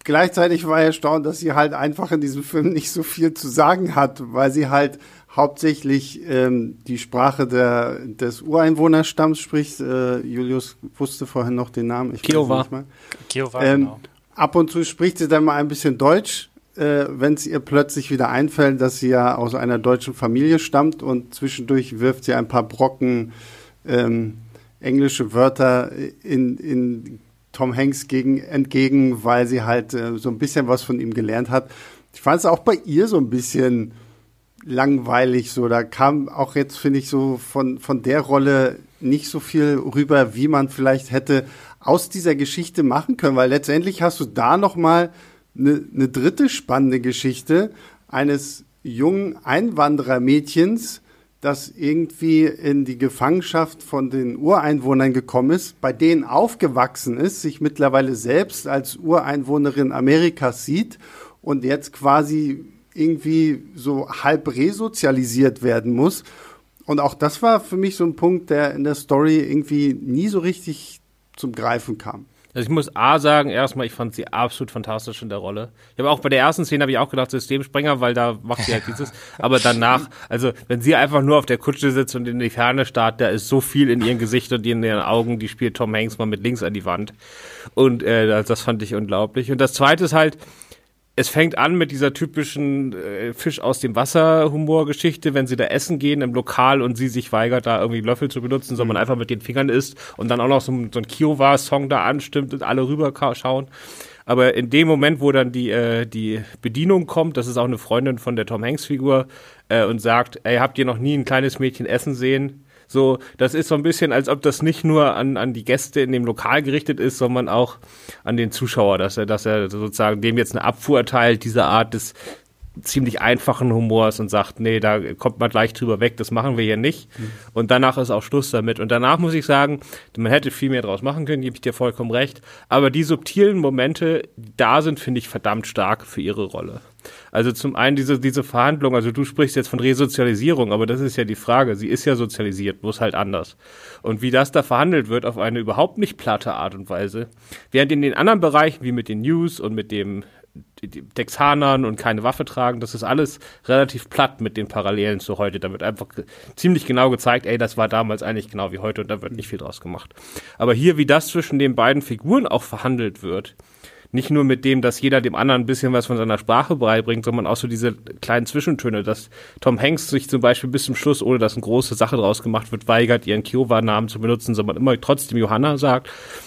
Speaker 1: gleichzeitig war ich erstaunt, dass sie halt einfach in diesem Film nicht so viel zu sagen hat, weil sie halt hauptsächlich ähm, die Sprache der, des Ureinwohnerstamms spricht. Äh, Julius wusste vorhin noch den Namen. Ich
Speaker 2: Kiowa.
Speaker 1: weiß nicht mal.
Speaker 3: Kiowa,
Speaker 1: ähm,
Speaker 3: genau.
Speaker 1: Ab und zu spricht sie dann mal ein bisschen Deutsch, äh, wenn es ihr plötzlich wieder einfällt, dass sie ja aus einer deutschen Familie stammt, und zwischendurch wirft sie ein paar Brocken ähm, englische Wörter in, in Tom Hanks gegen, entgegen, weil sie halt äh, so ein bisschen was von ihm gelernt hat. Ich fand es auch bei ihr so ein bisschen langweilig, so. Da kam auch jetzt, finde ich, so von, von der Rolle nicht so viel rüber, wie man vielleicht hätte aus dieser Geschichte machen können, weil letztendlich hast du da nochmal eine ne dritte spannende Geschichte eines jungen Einwanderermädchens, das irgendwie in die Gefangenschaft von den Ureinwohnern gekommen ist, bei denen aufgewachsen ist, sich mittlerweile selbst als Ureinwohnerin Amerikas sieht und jetzt quasi irgendwie so halb resozialisiert werden muss. Und auch das war für mich so ein Punkt, der in der Story irgendwie nie so richtig zum Greifen kam.
Speaker 2: Also ich muss A sagen, erstmal, ich fand sie absolut fantastisch in der Rolle. Ich habe auch bei der ersten Szene habe ich auch gedacht, Systemsprenger, weil da macht sie halt dieses. Aber danach, also wenn sie einfach nur auf der Kutsche sitzt und in die Ferne starrt, da ist so viel in ihrem Gesicht und in ihren Augen, die spielt Tom Hanks mal mit links an die Wand. Und äh, das fand ich unglaublich. Und das Zweite ist halt, es fängt an mit dieser typischen äh, Fisch aus dem Wasser Humorgeschichte, wenn sie da essen gehen im Lokal und sie sich weigert, da irgendwie Löffel zu benutzen, sondern einfach mit den Fingern isst und dann auch noch so, so ein Kiowa-Song da anstimmt und alle rüberschauen. Aber in dem Moment, wo dann die äh, die Bedienung kommt, das ist auch eine Freundin von der Tom Hanks-Figur, äh, und sagt, ey, habt ihr noch nie ein kleines Mädchen essen sehen? So, das ist so ein bisschen, als ob das nicht nur an, an die Gäste in dem Lokal gerichtet ist, sondern auch an den Zuschauer, dass er, dass er sozusagen dem jetzt eine Abfuhr erteilt, diese Art des ziemlich einfachen Humors und sagt, nee, da kommt man gleich drüber weg, das machen wir hier nicht. Mhm. Und danach ist auch Schluss damit. Und danach muss ich sagen, man hätte viel mehr draus machen können, gebe ich dir vollkommen recht. Aber die subtilen Momente, die da sind, finde ich verdammt stark für ihre Rolle. Also zum einen diese, diese Verhandlung, also du sprichst jetzt von Resozialisierung, aber das ist ja die Frage, sie ist ja sozialisiert, bloß halt anders. Und wie das da verhandelt wird auf eine überhaupt nicht platte Art und Weise, während in den anderen Bereichen, wie mit den News und mit dem die, die Texanern und keine Waffe tragen, das ist alles relativ platt mit den Parallelen zu heute. Da wird einfach ziemlich genau gezeigt, ey, das war damals eigentlich genau wie heute und da wird nicht viel draus gemacht. Aber hier, wie das zwischen den beiden Figuren auch verhandelt wird, nicht nur mit dem, dass jeder dem anderen ein bisschen was von seiner Sprache beibringt, sondern auch so diese kleinen Zwischentöne, dass Tom Hanks sich zum Beispiel bis zum Schluss, ohne dass eine große Sache draus gemacht wird, weigert, ihren Kiowa-Namen zu benutzen, sondern immer trotzdem Johanna sagt.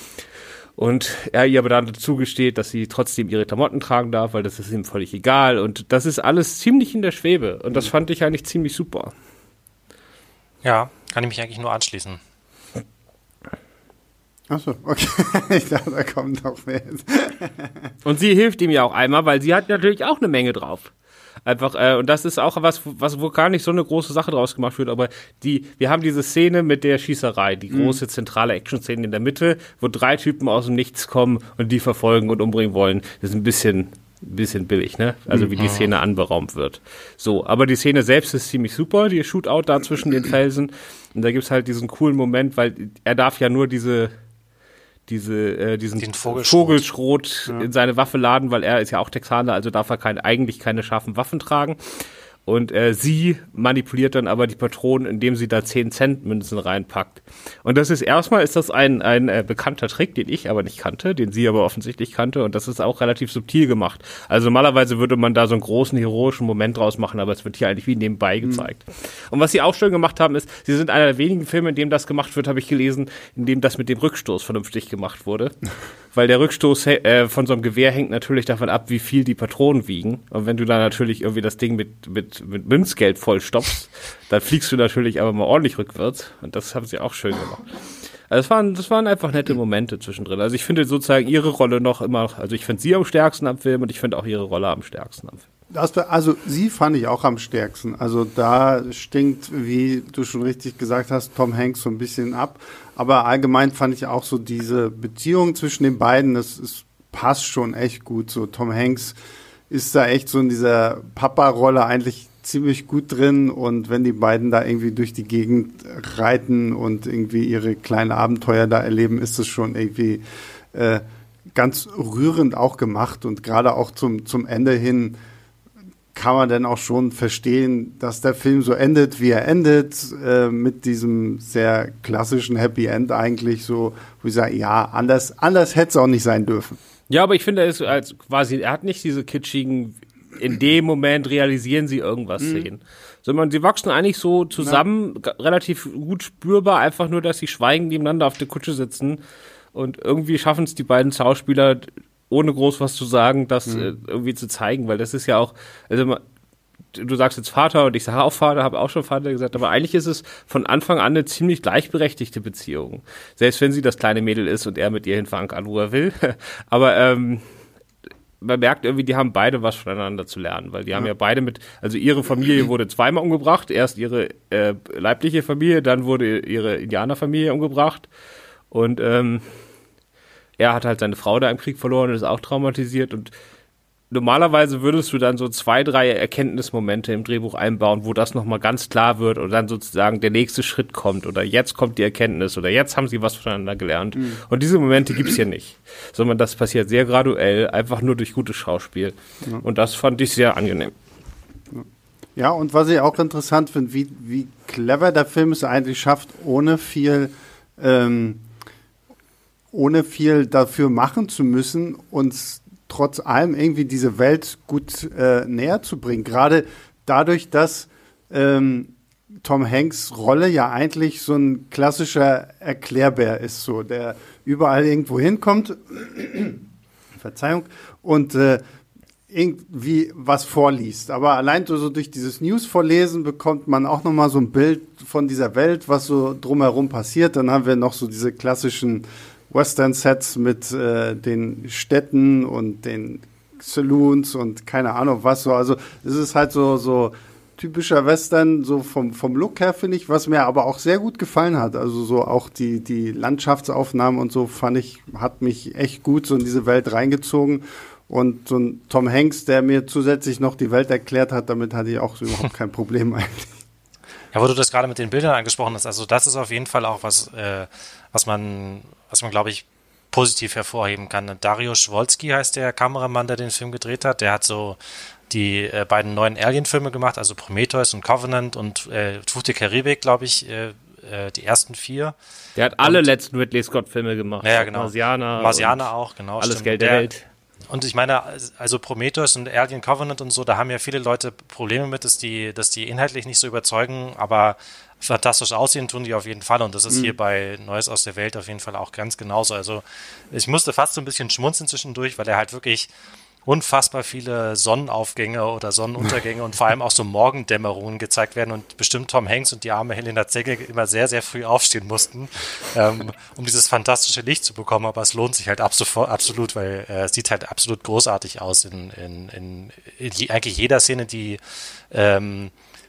Speaker 2: Und er ihr aber dann zugesteht, dass sie trotzdem ihre Klamotten tragen darf, weil das ist ihm völlig egal. Und das ist alles ziemlich in der Schwebe. Und das fand ich eigentlich ziemlich super.
Speaker 3: Ja, kann ich mich eigentlich nur anschließen.
Speaker 1: Achso, okay. Ich dachte, da kommt noch mehr.
Speaker 2: Und sie hilft ihm ja auch einmal, weil sie hat natürlich auch eine Menge drauf. Einfach, äh, und das ist auch was, was, wo gar nicht so eine große Sache draus gemacht wird, aber die, wir haben diese Szene mit der Schießerei, die große zentrale Action-Szene in der Mitte, wo drei Typen aus dem Nichts kommen und die verfolgen und umbringen wollen. Das ist ein bisschen, ein bisschen billig, ne? Also wie die Szene anberaumt wird. So, aber die Szene selbst ist ziemlich super, die Shootout da zwischen den Felsen. Und da gibt's halt diesen coolen Moment, weil er darf ja nur diese diese äh, diesen
Speaker 3: Den Vogelschrot,
Speaker 2: Vogelschrot ja. in seine Waffe laden, weil er ist ja auch Texaner, also darf er kein, eigentlich keine scharfen Waffen tragen. Und äh, sie manipuliert dann aber die Patronen, indem sie da zehn Cent Münzen reinpackt. Und das ist erstmal ist das ein ein äh, bekannter Trick, den ich aber nicht kannte, den sie aber offensichtlich kannte. Und das ist auch relativ subtil gemacht. Also normalerweise würde man da so einen großen heroischen Moment draus machen, aber es wird hier eigentlich wie nebenbei gezeigt. Mhm. Und was sie auch schön gemacht haben, ist, sie sind einer der wenigen Filme, in dem das gemacht wird, habe ich gelesen, in dem das mit dem Rückstoß vernünftig gemacht wurde. Weil der Rückstoß äh, von so einem Gewehr hängt natürlich davon ab, wie viel die Patronen wiegen. Und wenn du da natürlich irgendwie das Ding mit mit mit Münzgeld vollstopfst, dann fliegst du natürlich aber mal ordentlich rückwärts. Und das haben sie auch schön gemacht. Also das waren, das waren einfach nette Momente zwischendrin. Also ich finde sozusagen ihre Rolle noch immer, also ich finde sie am stärksten am Film und ich finde auch ihre Rolle am stärksten am Film.
Speaker 1: Das, also sie fand ich auch am stärksten. Also da stinkt, wie du schon richtig gesagt hast, Tom Hanks so ein bisschen ab. Aber allgemein fand ich auch so diese Beziehung zwischen den beiden, das ist, passt schon echt gut. So Tom Hanks ist da echt so in dieser Papa-Rolle eigentlich ziemlich gut drin, und wenn die beiden da irgendwie durch die Gegend reiten und irgendwie ihre kleinen Abenteuer da erleben, ist es schon irgendwie äh, ganz rührend auch gemacht und gerade auch zum, zum Ende hin kann man dann auch schon verstehen, dass der Film so endet, wie er endet, äh, mit diesem sehr klassischen Happy End eigentlich so, wo ich sage, ja, anders, anders hätte es auch nicht sein dürfen.
Speaker 2: Ja, aber ich finde, er ist als quasi, er hat nicht diese kitschigen, in dem Moment realisieren sie irgendwas mhm. Szenen, sondern sie wachsen eigentlich so zusammen, ja. relativ gut spürbar, einfach nur, dass sie schweigend nebeneinander auf der Kutsche sitzen und irgendwie schaffen es die beiden Schauspieler, ohne groß was zu sagen, das mhm. äh, irgendwie zu zeigen, weil das ist ja auch, also du sagst jetzt Vater und ich sage auch Vater, habe auch schon Vater gesagt, aber eigentlich ist es von Anfang an eine ziemlich gleichberechtigte Beziehung. Selbst wenn sie das kleine Mädel ist und er mit ihr hinfahren kann, wo er will. Aber ähm, man merkt irgendwie, die haben beide was voneinander zu lernen, weil die ja. haben ja beide mit, also ihre Familie wurde zweimal umgebracht, erst ihre äh, leibliche Familie, dann wurde ihre Indianerfamilie umgebracht und ähm, er hat halt seine Frau da im Krieg verloren und ist auch traumatisiert und normalerweise würdest du dann so zwei, drei Erkenntnismomente im Drehbuch einbauen, wo das nochmal ganz klar wird und dann sozusagen der nächste Schritt kommt oder jetzt kommt die Erkenntnis oder jetzt haben sie was voneinander gelernt. Mhm. Und diese Momente gibt's hier nicht, sondern das passiert sehr graduell, einfach nur durch gutes Schauspiel. Ja. Und das fand ich sehr angenehm.
Speaker 1: Ja, und was ich auch interessant finde, wie, wie clever der Film es eigentlich schafft, ohne viel ähm, ohne viel dafür machen zu müssen, uns trotz allem irgendwie diese Welt gut äh, näher zu bringen. Gerade dadurch, dass ähm, Tom Hanks' Rolle ja eigentlich so ein klassischer Erklärbär ist, so der überall irgendwo hinkommt, Verzeihung, und äh, irgendwie was vorliest. Aber allein so durch dieses News-Vorlesen bekommt man auch nochmal so ein Bild von dieser Welt, was so drumherum passiert. Dann haben wir noch so diese klassischen Western-Sets mit äh, den Städten und den Saloons und keine Ahnung was so. Also es ist halt so, so typischer Western, so vom, vom Look her, finde ich, was mir aber auch sehr gut gefallen hat. Also so auch die, die Landschaftsaufnahmen und so fand ich, hat mich echt gut so in diese Welt reingezogen. Und so ein Tom Hanks, der mir zusätzlich noch die Welt erklärt hat, damit hatte ich auch so überhaupt kein Problem eigentlich.
Speaker 3: Ja, wo du das gerade mit den Bildern angesprochen hast, also das ist auf jeden Fall auch was, äh, was man, was man, glaube ich, positiv hervorheben kann. Dario Schwolski heißt der Kameramann, der den Film gedreht hat. Der hat so die äh, beiden neuen Alien-Filme gemacht, also Prometheus und Covenant und äh, Fluch der Karibik, glaube ich, äh, äh, die ersten vier.
Speaker 2: Der hat alle und, letzten Ridley Scott-Filme gemacht.
Speaker 3: Ja, genau.
Speaker 2: Marsianer.
Speaker 3: Marsianer auch, genau.
Speaker 2: Alles stimmt. Geld der, der Welt.
Speaker 3: Und ich meine, also Prometheus und Alien Covenant und so, da haben ja viele Leute Probleme mit, dass die, dass die inhaltlich nicht so überzeugen, aber fantastisch aussehen tun die auf jeden Fall. Und das ist mhm. hier bei Neues aus der Welt auf jeden Fall auch ganz genauso. Also ich musste fast so ein bisschen schmunzeln zwischendurch, weil er halt wirklich unfassbar viele Sonnenaufgänge oder Sonnenuntergänge und vor allem auch so Morgendämmerungen gezeigt werden und bestimmt Tom Hanks und die arme Helena Zegel immer sehr, sehr früh aufstehen mussten, ähm, um dieses fantastische Licht zu bekommen, aber es lohnt sich halt absolut, absolut weil äh, es sieht halt absolut großartig aus in, in, in, in je, eigentlich jeder Szene, die ähm,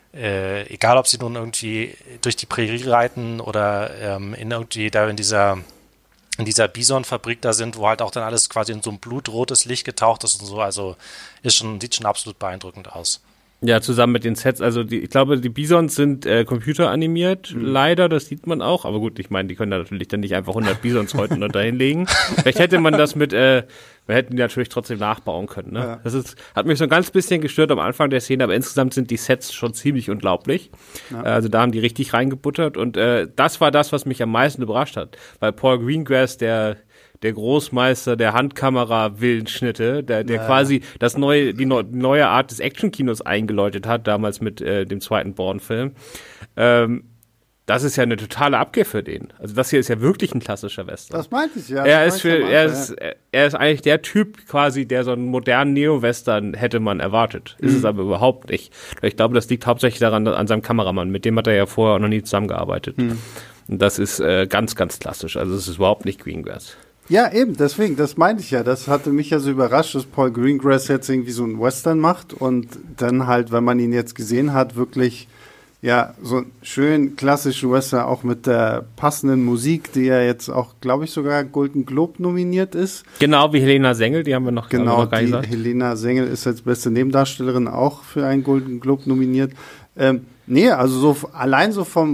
Speaker 3: äh, egal ob sie nun irgendwie durch die Prärie reiten oder ähm, in irgendwie da in dieser in dieser Bison-Fabrik da sind, wo halt auch dann alles quasi in so ein blutrotes Licht getaucht ist und so, also ist schon, sieht schon absolut beeindruckend aus.
Speaker 2: Ja, zusammen mit den Sets, also die, ich glaube, die Bisons sind äh, computeranimiert, mhm. leider, das sieht man auch, aber gut, ich meine, die können da natürlich dann nicht einfach hundert Bisons heute noch dahin legen. Vielleicht hätte man das mit, äh, wir hätten die natürlich trotzdem nachbauen können, ne? Ja. Das ist, hat mich so ein ganz bisschen gestört am Anfang der Szene, aber insgesamt sind die Sets schon ziemlich unglaublich. Ja. Also da haben die richtig reingebuttert und äh, das war das, was mich am meisten überrascht hat, weil Paul Greengrass, der der Großmeister der Handkamera-Willenschnitte, der, der ja. quasi das neue, die, no, die neue Art des Actionkinos eingeläutet hat, damals mit äh, dem zweiten Bourne-Film. Ähm, das ist ja eine totale Abkehr für den. Also das hier ist ja wirklich ein klassischer Western.
Speaker 1: Das meinte ich, ja.
Speaker 2: Er ist, für, er, ist, er ist eigentlich der Typ quasi, der so einen modernen Neo-Western hätte man erwartet. Mhm. Ist es aber überhaupt nicht. Ich glaube, das liegt hauptsächlich daran, an seinem Kameramann. Mit dem hat er ja vorher noch nie zusammengearbeitet. Mhm. Und das ist äh, ganz, ganz klassisch. Also es ist überhaupt nicht Greengrass.
Speaker 1: Ja, eben, deswegen, das meinte ich ja. Das hatte mich ja so überrascht, dass Paul Greengrass jetzt irgendwie so einen Western macht und dann halt, wenn man ihn jetzt gesehen hat, wirklich, ja, so einen schön klassischen Western, auch mit der passenden Musik, die ja jetzt auch, glaube ich, sogar Golden Globe nominiert ist.
Speaker 2: Genau, wie Helena Sengel, die haben wir noch,
Speaker 1: genau,
Speaker 2: noch gar
Speaker 1: die
Speaker 2: gesagt.
Speaker 1: Helena Sengel ist als beste Nebendarstellerin auch für einen Golden Globe nominiert. Ähm, nee, also so allein so vom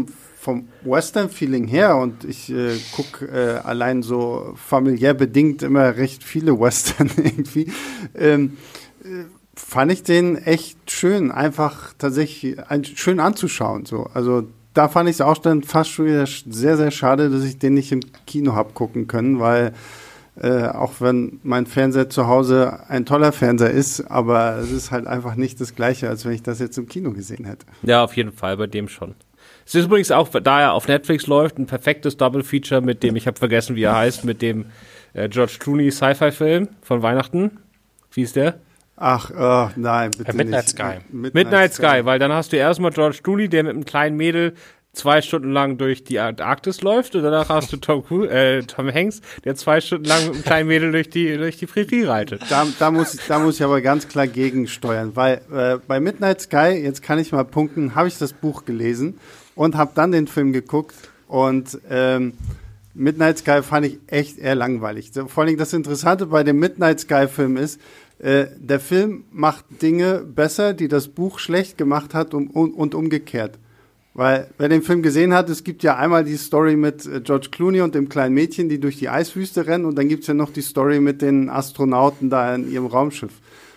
Speaker 1: vom Western-Feeling her, und ich äh, gucke äh, allein so familiär bedingt immer recht viele Western irgendwie, ähm, äh, fand ich den echt schön, einfach tatsächlich ein, schön anzuschauen. So. Also da fand ich es auch dann fast schon wieder sehr, sehr schade, dass ich den nicht im Kino habe gucken können, weil äh, auch wenn mein Fernseher zu Hause ein toller Fernseher ist, aber es ist halt einfach nicht das Gleiche, als wenn ich das jetzt im Kino gesehen hätte.
Speaker 2: Ja, auf jeden Fall, bei dem schon. Es ist übrigens auch, da er auf Netflix läuft, ein perfektes Double-Feature mit dem, ich habe vergessen, wie er heißt, mit dem äh, George Clooney Sci-Fi-Film von Weihnachten. Wie ist der?
Speaker 1: Ach, oh, nein, bitte
Speaker 3: Midnight
Speaker 1: nicht.
Speaker 3: Sky.
Speaker 1: Midnight,
Speaker 2: Midnight Sky, Sky, weil dann hast du erstmal George Clooney, der mit einem kleinen Mädel zwei Stunden lang durch die Antarktis läuft, und danach hast du Tom, äh, Tom Hanks, der zwei Stunden lang mit einem kleinen Mädel durch die, durch die Prärie reitet.
Speaker 1: Da, da, muss ich, da muss ich aber ganz klar gegensteuern, weil äh, bei Midnight Sky, jetzt kann ich mal punkten, habe ich das Buch gelesen und habe dann den Film geguckt, und ähm, Midnight Sky fand ich echt eher langweilig. Vor allem das Interessante bei dem Midnight Sky Film ist, äh, der Film macht Dinge besser, die das Buch schlecht gemacht hat, um, um, und umgekehrt. Weil, wer den Film gesehen hat, es gibt ja einmal die Story mit äh, George Clooney und dem kleinen Mädchen, die durch die Eiswüste rennen, und dann gibt's ja noch die Story mit den Astronauten da in ihrem Raumschiff.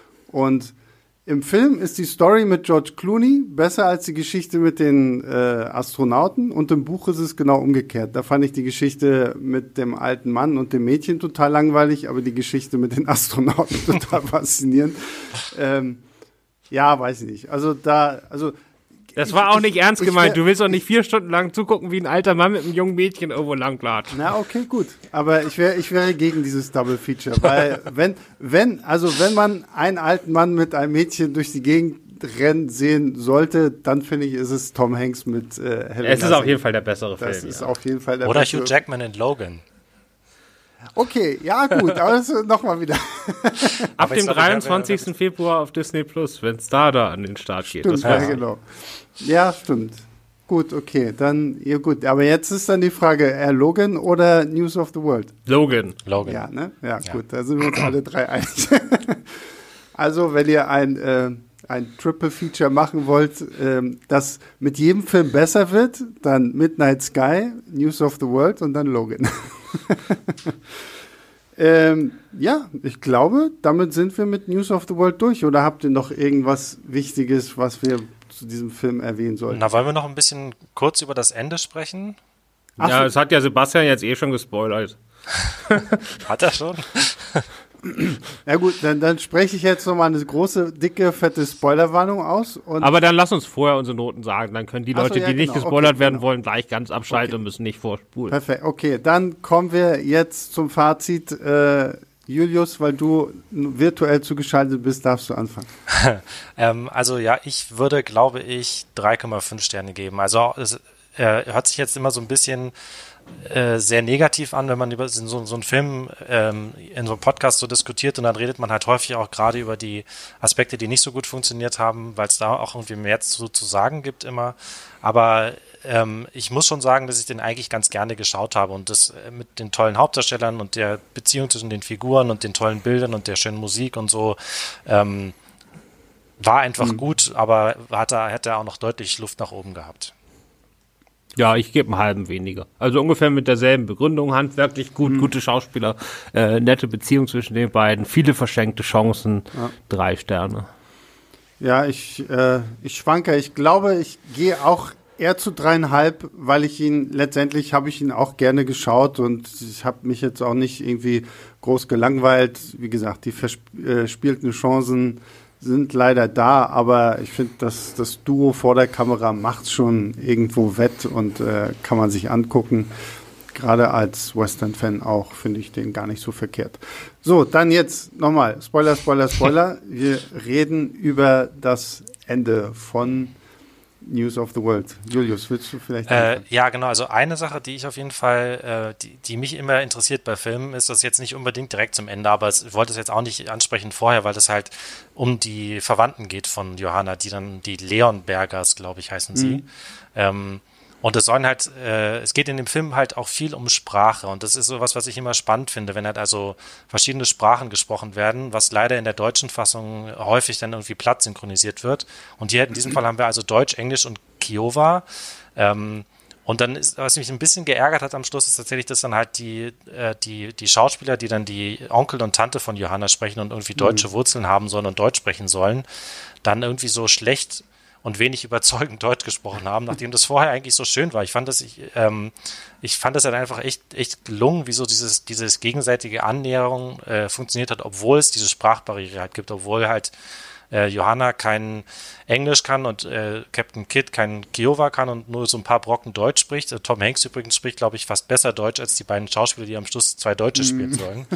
Speaker 1: Und im Film ist die Story mit George Clooney besser als die Geschichte mit den äh, Astronauten, und im Buch ist es genau umgekehrt. Da fand ich die Geschichte mit dem alten Mann und dem Mädchen total langweilig, aber die Geschichte mit den Astronauten total faszinierend. Ähm, ja, weiß ich nicht. Also da, also
Speaker 2: Das war auch nicht ernst gemeint.
Speaker 1: wär,
Speaker 2: du willst doch nicht vier Stunden lang zugucken, wie ein alter Mann mit einem jungen Mädchen irgendwo langlatscht.
Speaker 1: Na, okay, gut. Aber ich wäre ich wäre gegen dieses Double Feature, weil wenn, wenn, also wenn man einen alten Mann mit einem Mädchen durch die Gegend rennen sehen sollte, dann finde ich, ist es Tom Hanks mit äh,
Speaker 2: Helena. Es ist auf jeden Fall der bessere Film.
Speaker 1: Das ist
Speaker 2: ja.
Speaker 1: auf jeden Fall der
Speaker 3: Oder
Speaker 1: bessere.
Speaker 3: Hugh Jackman in Logan.
Speaker 1: Okay, ja gut, aber das ist nochmal wieder.
Speaker 2: Ab dem dreiundzwanzigsten Februar auf Disney Plus, wenn es da da an den Start geht.
Speaker 1: Stimmt,
Speaker 2: das
Speaker 1: ja, genau. Ja, stimmt. Gut, okay, dann, ja gut. Aber jetzt ist dann die Frage, eher Logan oder News of the World?
Speaker 2: Logan.
Speaker 3: Logan.
Speaker 1: Ja, ne? Ja,
Speaker 3: Ja.
Speaker 1: gut, da sind wir uns alle drei einig. Also, wenn ihr ein, äh, ein Triple Feature machen wollt, ähm, das mit jedem Film besser wird, dann Midnight Sky, News of the World und dann Logan. ähm, ja, ich glaube, damit sind wir mit News of the World durch. Oder habt ihr noch irgendwas Wichtiges, was wir zu diesem Film erwähnen sollten?
Speaker 3: Na, wollen wir noch ein bisschen kurz über das Ende sprechen?
Speaker 1: Ach
Speaker 2: Ja,
Speaker 1: so.
Speaker 2: das hat ja Sebastian jetzt eh schon gespoilert.
Speaker 3: Hat er schon?
Speaker 1: Ja gut, dann, dann spreche ich jetzt nochmal eine große, dicke, fette Spoilerwarnung aus. Und
Speaker 2: Aber dann lass uns vorher unsere Noten sagen. Dann können die
Speaker 1: Ach so,
Speaker 2: Leute,
Speaker 1: ja,
Speaker 2: die nicht
Speaker 1: genau.
Speaker 2: gespoilert
Speaker 1: Okay,
Speaker 2: werden
Speaker 1: genau.
Speaker 2: wollen, gleich ganz abschalten
Speaker 1: Okay.
Speaker 2: und müssen nicht vorspulen.
Speaker 1: Perfekt, okay, dann kommen wir jetzt zum Fazit. Äh, Julius, weil du virtuell zugeschaltet bist, darfst du anfangen.
Speaker 3: ähm, also ja, ich würde, glaube ich, drei Komma fünf Sterne geben. Also es äh, hört sich jetzt immer so ein bisschen äh, sehr negativ an, wenn man über so, so einen Film ähm, in so einem Podcast so diskutiert, und dann redet man halt häufig auch gerade über die Aspekte, die nicht so gut funktioniert haben, weil es da auch irgendwie mehr zu, zu sagen gibt immer. Aber ähm, ich muss schon sagen, dass ich den eigentlich ganz gerne geschaut habe, und das äh, mit den tollen Hauptdarstellern und der Beziehung zwischen den Figuren und den tollen Bildern und der schönen Musik und so ähm, war einfach
Speaker 1: Mhm.
Speaker 3: gut, aber hat er, hätte er auch noch deutlich Luft nach oben gehabt.
Speaker 2: Ja, ich gebe einen halben weniger. Also ungefähr mit derselben Begründung, handwerklich gut,
Speaker 1: Mhm.
Speaker 2: gute Schauspieler, äh, nette Beziehung zwischen den beiden, viele verschenkte Chancen,
Speaker 1: Ja.
Speaker 2: drei Sterne.
Speaker 1: Ja, ich, äh, ich schwanke. Ich glaube, ich gehe auch eher zu dreieinhalb, weil ich ihn, letztendlich habe ich ihn auch gerne geschaut, und ich habe mich jetzt auch nicht irgendwie groß gelangweilt. Wie gesagt, die verspielten Chancen sind leider da, aber ich finde, dass das Duo vor der Kamera macht's schon irgendwo wett und äh, kann man sich angucken. Gerade als Western-Fan auch finde ich den gar nicht so verkehrt. So, dann jetzt nochmal, Spoiler, Spoiler, Spoiler. Wir reden über das Ende von News of the World. Julius, willst du vielleicht
Speaker 3: Äh,
Speaker 1: anfangen?
Speaker 3: ja, genau. Also eine Sache, die ich auf jeden Fall, äh, die, die mich immer interessiert bei Filmen, ist das jetzt nicht unbedingt direkt zum Ende, aber es, ich wollte es jetzt auch nicht ansprechen vorher, weil das halt um die Verwandten geht von Johanna, die dann die Leonbergers, glaube ich, heißen sie.
Speaker 1: Mhm.
Speaker 3: Ähm, und es sollen halt, äh, es geht in dem Film halt auch viel um Sprache, und das ist sowas, was ich immer spannend finde, wenn halt also verschiedene Sprachen gesprochen werden, was leider in der deutschen Fassung häufig dann irgendwie platt synchronisiert wird. Und hier in diesem Fall haben wir also Deutsch, Englisch und Kiowa. Ähm, Und dann ist, was mich ein bisschen geärgert hat am Schluss, ist tatsächlich, dass dann halt die, äh, die, die Schauspieler, die dann die Onkel und Tante von Johanna sprechen und irgendwie deutsche mhm. Wurzeln haben sollen und Deutsch sprechen sollen, dann irgendwie so schlecht und wenig überzeugend Deutsch gesprochen haben, nachdem das vorher eigentlich so schön war. Ich fand das, ich, ähm, ich fand das dann einfach echt, echt gelungen, wie so dieses, dieses gegenseitige Annäherung äh, funktioniert hat, obwohl es diese Sprachbarriere halt gibt, obwohl halt äh, Johanna kein Englisch kann und äh, Captain Kidd kein Kiowa kann und nur so ein paar Brocken Deutsch spricht. Äh, Tom Hanks übrigens spricht, glaube ich, fast besser Deutsch als die beiden Schauspieler, die am Schluss zwei Deutsche mm. spielen sollen.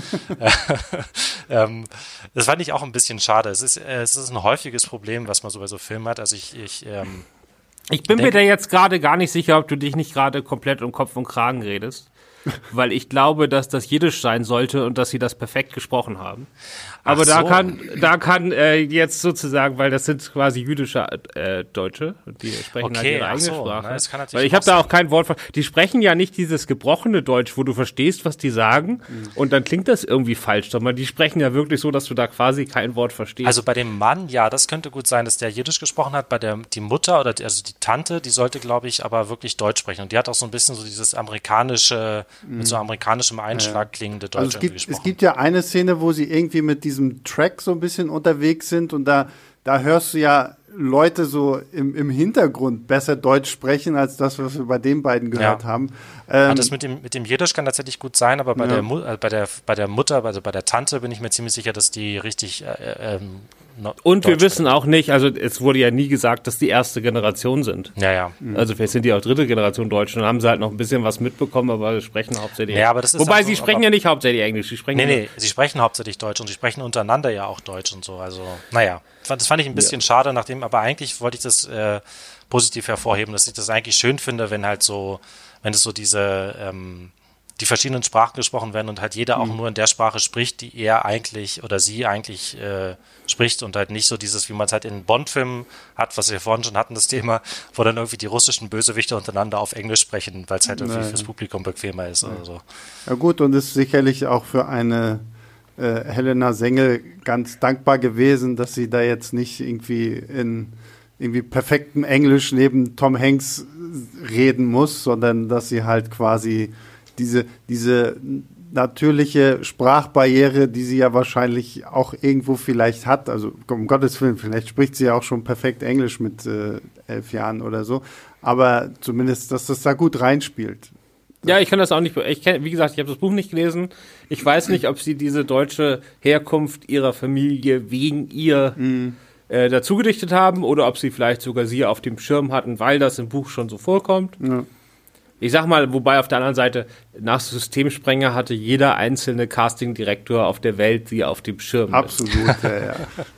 Speaker 3: ähm, das fand ich auch ein bisschen schade. Es ist, äh, es ist ein häufiges Problem, was man so bei so Filmen hat. Also ich, ich ähm,
Speaker 2: Ich bin denke, mir da jetzt gerade gar nicht sicher, ob du dich nicht gerade komplett um Kopf und Kragen redest. Weil ich glaube, dass das Jiddisch sein sollte und dass sie das perfekt gesprochen haben. Aber da
Speaker 3: so.
Speaker 2: kann, da kann äh, jetzt sozusagen, weil das sind quasi jüdische äh, Deutsche, die sprechen
Speaker 3: okay,
Speaker 2: halt ihre eigene
Speaker 3: so.
Speaker 2: Sprache.
Speaker 3: Na, das kann
Speaker 2: weil ich habe da auch kein Wort von. Die sprechen ja nicht dieses gebrochene Deutsch, wo du verstehst, was die sagen, mhm. und dann klingt das irgendwie falsch, sondern die sprechen ja wirklich so, dass du da quasi kein Wort verstehst.
Speaker 3: Also bei dem Mann, ja, das könnte gut sein, dass der Jiddisch gesprochen hat. Bei der die Mutter oder die, also die Tante, die sollte, glaube ich, aber wirklich Deutsch sprechen. Und die hat auch so ein bisschen so dieses amerikanische, mhm. mit so amerikanischem Einschlag klingende Deutsch
Speaker 1: also es gibt,
Speaker 3: gesprochen.
Speaker 1: Es gibt ja eine Szene, wo sie irgendwie mit diesem Track so ein bisschen unterwegs sind und da, da hörst du ja Leute so im, im Hintergrund besser Deutsch sprechen, als das, was wir bei den beiden gehört
Speaker 3: ja.
Speaker 1: haben.
Speaker 3: Ähm, das mit dem, mit dem Jiddisch kann tatsächlich gut sein, aber bei,
Speaker 1: ja.
Speaker 3: der, Mu- äh, bei, der, bei der Mutter, also bei der Tante bin ich mir ziemlich sicher, dass die richtig äh, ähm,
Speaker 2: no, Und Deutsch wir wissen sprechen. Auch nicht, also es wurde ja nie gesagt, dass die erste Generation sind.
Speaker 3: Ja, ja.
Speaker 2: Also vielleicht sind die auch dritte Generation Deutsch und haben sie halt noch ein bisschen was mitbekommen, aber sprechen hauptsächlich
Speaker 3: ja, aber das ist
Speaker 2: Wobei
Speaker 3: also,
Speaker 2: sie sprechen ja nicht hauptsächlich Englisch, sie sprechen
Speaker 3: Nee, nee, sie sprechen hauptsächlich Deutsch und sie sprechen untereinander ja auch Deutsch und so, also naja. Das fand ich ein bisschen ja. schade, nachdem, aber eigentlich wollte ich das äh, positiv hervorheben, dass ich das eigentlich schön finde, wenn halt so, wenn es so diese, ähm, die verschiedenen Sprachen gesprochen werden und halt jeder mhm. auch nur in der Sprache spricht, die er eigentlich oder sie eigentlich äh, spricht und halt nicht so dieses, wie man es halt in Bond-Filmen hat, was wir vorhin schon hatten, das Thema, wo dann irgendwie die russischen Bösewichte untereinander auf Englisch sprechen, weil es halt irgendwie Nein. fürs Publikum bequemer ist ja. oder so.
Speaker 1: Ja gut, und ist sicherlich auch für eine Äh, Helena Sengel ganz dankbar gewesen, dass sie da jetzt nicht irgendwie in irgendwie perfektem Englisch neben Tom Hanks reden muss, sondern dass sie halt quasi diese, diese natürliche Sprachbarriere, die sie ja wahrscheinlich auch irgendwo vielleicht hat, also um Gottes Willen, vielleicht spricht sie ja auch schon perfekt Englisch mit äh, elf Jahren oder so, aber zumindest, dass das da gut reinspielt.
Speaker 2: Ja, ich kann das auch nicht, ich kenn, wie gesagt, ich habe das Buch nicht gelesen. Ich weiß nicht, ob sie diese deutsche Herkunft ihrer Familie wegen ihr mm. äh, dazugedichtet haben oder ob sie vielleicht sogar sie auf dem Schirm hatten, weil das im Buch schon so vorkommt. Ja. Ich sag mal, wobei auf der anderen Seite, nach Systemsprenger hatte jeder einzelne Castingdirektor auf der Welt sie auf dem Schirm.
Speaker 1: Absolut, ja, ja.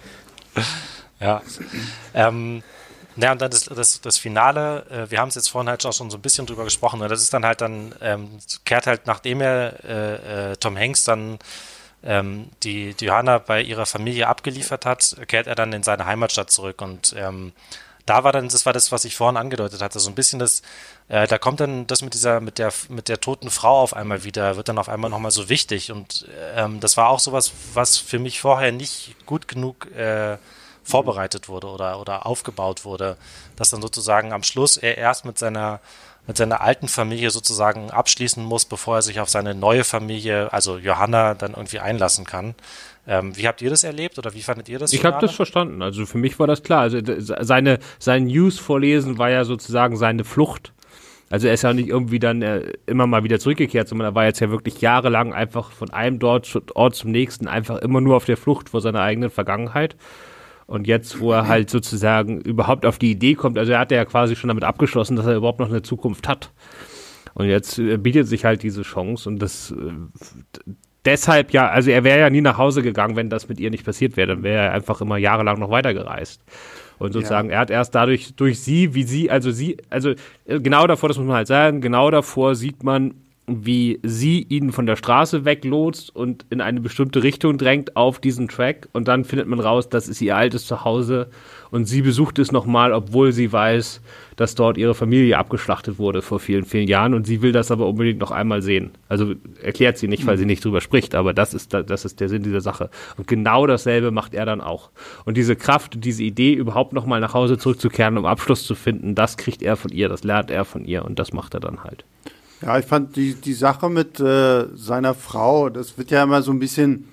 Speaker 3: ja. Ähm, Ja, und dann das, das, das Finale, äh, wir haben es jetzt vorhin halt auch schon so ein bisschen drüber gesprochen, und das ist dann halt dann, ähm, kehrt halt, nachdem er äh, äh, Tom Hanks dann ähm, die, die Johanna bei ihrer Familie abgeliefert hat, kehrt er dann in seine Heimatstadt zurück und ähm, da war dann, das war das, was ich vorhin angedeutet hatte, so ein bisschen das, äh, da kommt dann das mit dieser, mit der, mit der toten Frau auf einmal wieder, wird dann auf einmal nochmal so wichtig und ähm, das war auch sowas, was für mich vorher nicht gut genug äh, vorbereitet wurde oder, oder aufgebaut wurde, dass dann sozusagen am Schluss er erst mit seiner, mit seiner alten Familie sozusagen abschließen muss, bevor er sich auf seine neue Familie, also Johanna, dann irgendwie einlassen kann. Ähm, wie habt ihr das erlebt oder wie fandet ihr das?
Speaker 2: Ich habe das verstanden, also für mich war das klar. Also seine, sein News vorlesen war ja sozusagen seine Flucht. Also er ist ja nicht irgendwie dann äh, immer mal wieder zurückgekehrt, sondern er war jetzt ja wirklich jahrelang einfach von einem dort, Ort zum nächsten einfach immer nur auf der Flucht vor seiner eigenen Vergangenheit. Und jetzt, wo er halt sozusagen überhaupt auf die Idee kommt, also er hat ja quasi schon damit abgeschlossen, dass er überhaupt noch eine Zukunft hat. Und jetzt äh, bietet sich halt diese Chance und das äh, deshalb ja, also er wäre ja nie nach Hause gegangen, wenn das mit ihr nicht passiert wäre, dann wäre er einfach immer jahrelang noch weitergereist. Und sozusagen, ja. er hat erst dadurch, durch sie, wie sie, also sie, also genau davor, das muss man halt sagen, genau davor sieht man, wie sie ihn von der Straße weglotst und in eine bestimmte Richtung drängt auf diesen Track und dann findet man raus, das ist ihr altes Zuhause und sie besucht es nochmal, obwohl sie weiß, dass dort ihre Familie abgeschlachtet wurde vor vielen, vielen Jahren und sie will das aber unbedingt noch einmal sehen. Also erklärt sie nicht, weil sie nicht drüber spricht, aber das ist, das ist der Sinn dieser Sache. Und genau dasselbe macht er dann auch. Und diese Kraft, diese Idee, überhaupt nochmal nach Hause zurückzukehren, um Abschluss zu finden, das kriegt er von ihr, das lernt er von ihr und das macht er dann halt.
Speaker 1: Ja, ich fand die, die Sache mit äh, seiner Frau, das wird ja immer so ein bisschen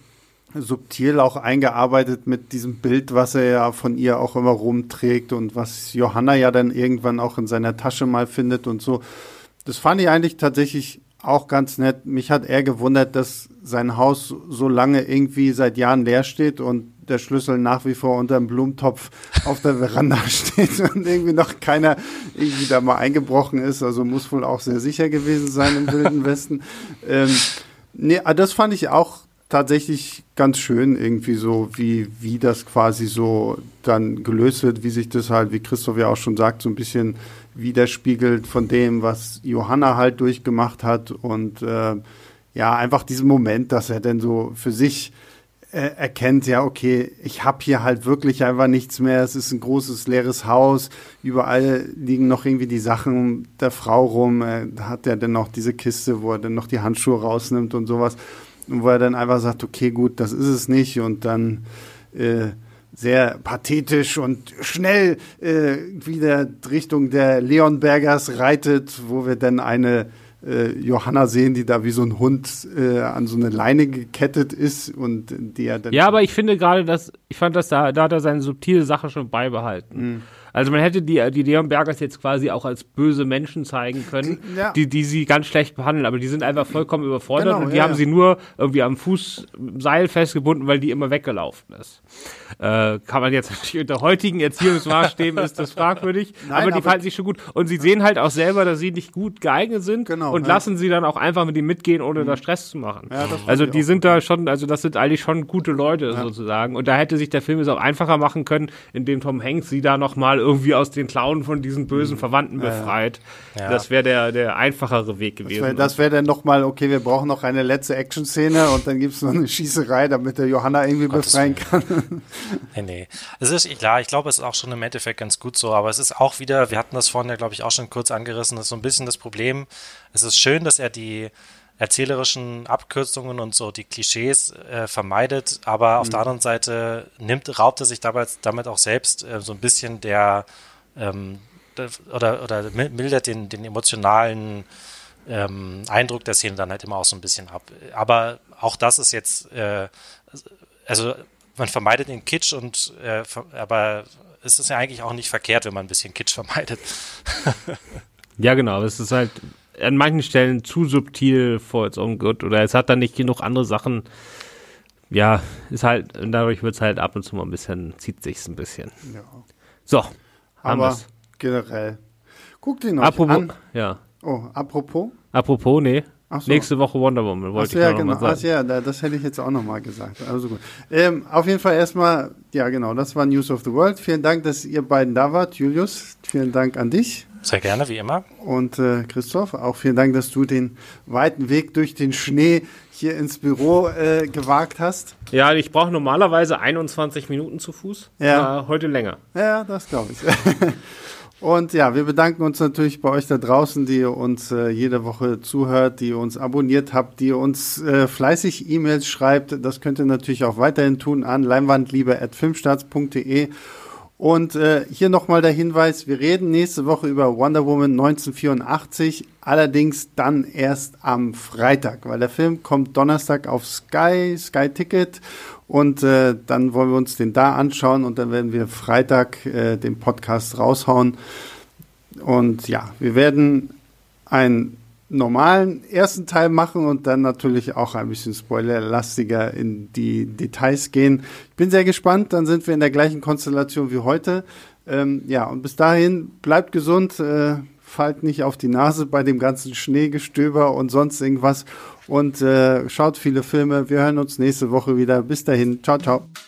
Speaker 1: subtil auch eingearbeitet mit diesem Bild, was er ja von ihr auch immer rumträgt und was Johanna ja dann irgendwann auch in seiner Tasche mal findet und so. Das fand ich eigentlich tatsächlich auch ganz nett. Mich hat eher gewundert, dass sein Haus so lange irgendwie seit Jahren leer steht und der Schlüssel nach wie vor unter dem Blumentopf auf der Veranda steht und irgendwie noch keiner irgendwie da mal eingebrochen ist. Also muss wohl auch sehr sicher gewesen sein im Wilden Westen. Ähm, nee, das fand ich auch tatsächlich ganz schön irgendwie so, wie, wie das quasi so dann gelöst wird, wie sich das halt, wie Christoph ja auch schon sagt, so ein bisschen widerspiegelt von dem, was Johanna halt durchgemacht hat und äh, ja, einfach diesen Moment, dass er dann so für sich äh, erkennt, ja, okay, ich habe hier halt wirklich einfach nichts mehr, es ist ein großes leeres Haus, überall liegen noch irgendwie die Sachen der Frau rum, äh, da hat er dann noch diese Kiste, wo er dann noch die Handschuhe rausnimmt und sowas und wo er dann einfach sagt, okay, gut, das ist es nicht und dann äh, sehr pathetisch und schnell äh, wieder Richtung der Leonbergers reitet, wo wir dann eine äh, Johanna sehen, die da wie so ein Hund äh, an so eine Leine gekettet ist und die er dann...
Speaker 2: Ja, aber ich finde gerade, dass ich fand, dass da, da hat er seine subtile Sache schon beibehalten. Mhm. Also man hätte die, die Leonbergers jetzt quasi auch als böse Menschen zeigen können, die, ja. die, die sie ganz schlecht behandeln, aber die sind einfach vollkommen überfordert genau, und die ja, haben ja. sie nur irgendwie am Fußseil festgebunden, weil die immer weggelaufen ist. Äh, kann man jetzt natürlich unter heutigen Erziehungsmaßstäben ist das fragwürdig, Nein, aber die aber verhalten sich schon gut und sie sehen halt auch selber, dass sie nicht gut geeignet sind genau, und ja. lassen sie dann auch einfach mit ihm mitgehen, ohne mhm. da Stress zu machen. Ja, also die sind da schon, also das sind eigentlich schon gute Leute ja. sozusagen und da hätte sich der Film jetzt auch einfacher machen können, indem Tom Hanks sie da nochmal irgendwie aus den Klauen von diesen bösen Verwandten befreit. Ja. Das wäre der, der einfacher Weg gewesen.
Speaker 1: Das wäre wär dann nochmal, okay, wir brauchen noch eine letzte Action-Szene und dann gibt es noch eine Schießerei, damit der Johanna irgendwie Gottes befreien kann.
Speaker 3: Nee, nee. Es ist klar, ich glaube, es ist auch schon im Endeffekt ganz gut so, aber es ist auch wieder, wir hatten das vorhin ja, glaube ich, auch schon kurz angerissen, das ist so ein bisschen das Problem. Es ist schön, dass er die erzählerischen Abkürzungen und so die Klischees äh, vermeidet, aber mhm. auf der anderen Seite nimmt, raubt er sich dabei, damit auch selbst äh, so ein bisschen der, ähm, der oder, oder mildert den, den emotionalen ähm, Eindruck der Szene dann halt immer auch so ein bisschen ab. Aber auch das ist jetzt, äh, also man vermeidet den Kitsch und äh, aber es ist ja eigentlich auch nicht verkehrt, wenn man ein bisschen Kitsch vermeidet.
Speaker 2: Ja, genau, es ist halt an manchen Stellen zu subtil for its own good oder es hat dann nicht genug andere Sachen. Ja, ist halt, dadurch wird es halt ab und zu mal ein bisschen, zieht sich's ein bisschen. Ja. So, haben
Speaker 1: aber wir's. Generell. Guckt ihn euch
Speaker 2: apropos,
Speaker 1: an.
Speaker 2: Ja.
Speaker 1: Oh, apropos?
Speaker 2: Apropos, nee.
Speaker 1: Ach so.
Speaker 2: Nächste Woche Wonder Woman, wollte
Speaker 1: so,
Speaker 2: ich
Speaker 1: ja,
Speaker 2: noch
Speaker 1: genau.
Speaker 2: mal sagen.
Speaker 1: Ach ja, das hätte ich jetzt auch noch mal gesagt. Also gut. Ähm, auf jeden Fall erstmal, ja genau, das war News of the World. Vielen Dank, dass ihr beiden da wart. Julius, vielen Dank an dich.
Speaker 3: Sehr gerne, wie immer.
Speaker 1: Und äh, Christoph, auch vielen Dank, dass du den weiten Weg durch den Schnee hier ins Büro äh, gewagt hast.
Speaker 2: Ja, ich brauche normalerweise einundzwanzig Minuten zu Fuß.
Speaker 1: Ja.
Speaker 2: Äh, heute länger.
Speaker 1: Ja, das glaube ich. Und ja, wir bedanken uns natürlich bei euch da draußen, die ihr uns äh, jede Woche zuhört, die ihr uns abonniert habt, die ihr uns äh, fleißig E-Mails schreibt. Das könnt ihr natürlich auch weiterhin tun an leinwandliebe at filmstarts punkt de. Und äh, hier nochmal der Hinweis, wir reden nächste Woche über Wonder Woman neunzehnhundertvierundachtzig, allerdings dann erst am Freitag, weil der Film kommt Donnerstag auf Sky, Sky Ticket und äh, dann wollen wir uns den da anschauen und dann werden wir Freitag äh, den Podcast raushauen. Und ja, wir werden einen normalen ersten Teil machen und dann natürlich auch ein bisschen spoilerlastiger in die Details gehen. Ich bin sehr gespannt, dann sind wir in der gleichen Konstellation wie heute. Ähm, ja, und bis dahin, bleibt gesund, äh, fallt nicht auf die Nase bei dem ganzen Schneegestöber und sonst irgendwas und äh, schaut viele Filme. Wir hören uns nächste Woche wieder. Bis dahin, ciao, ciao.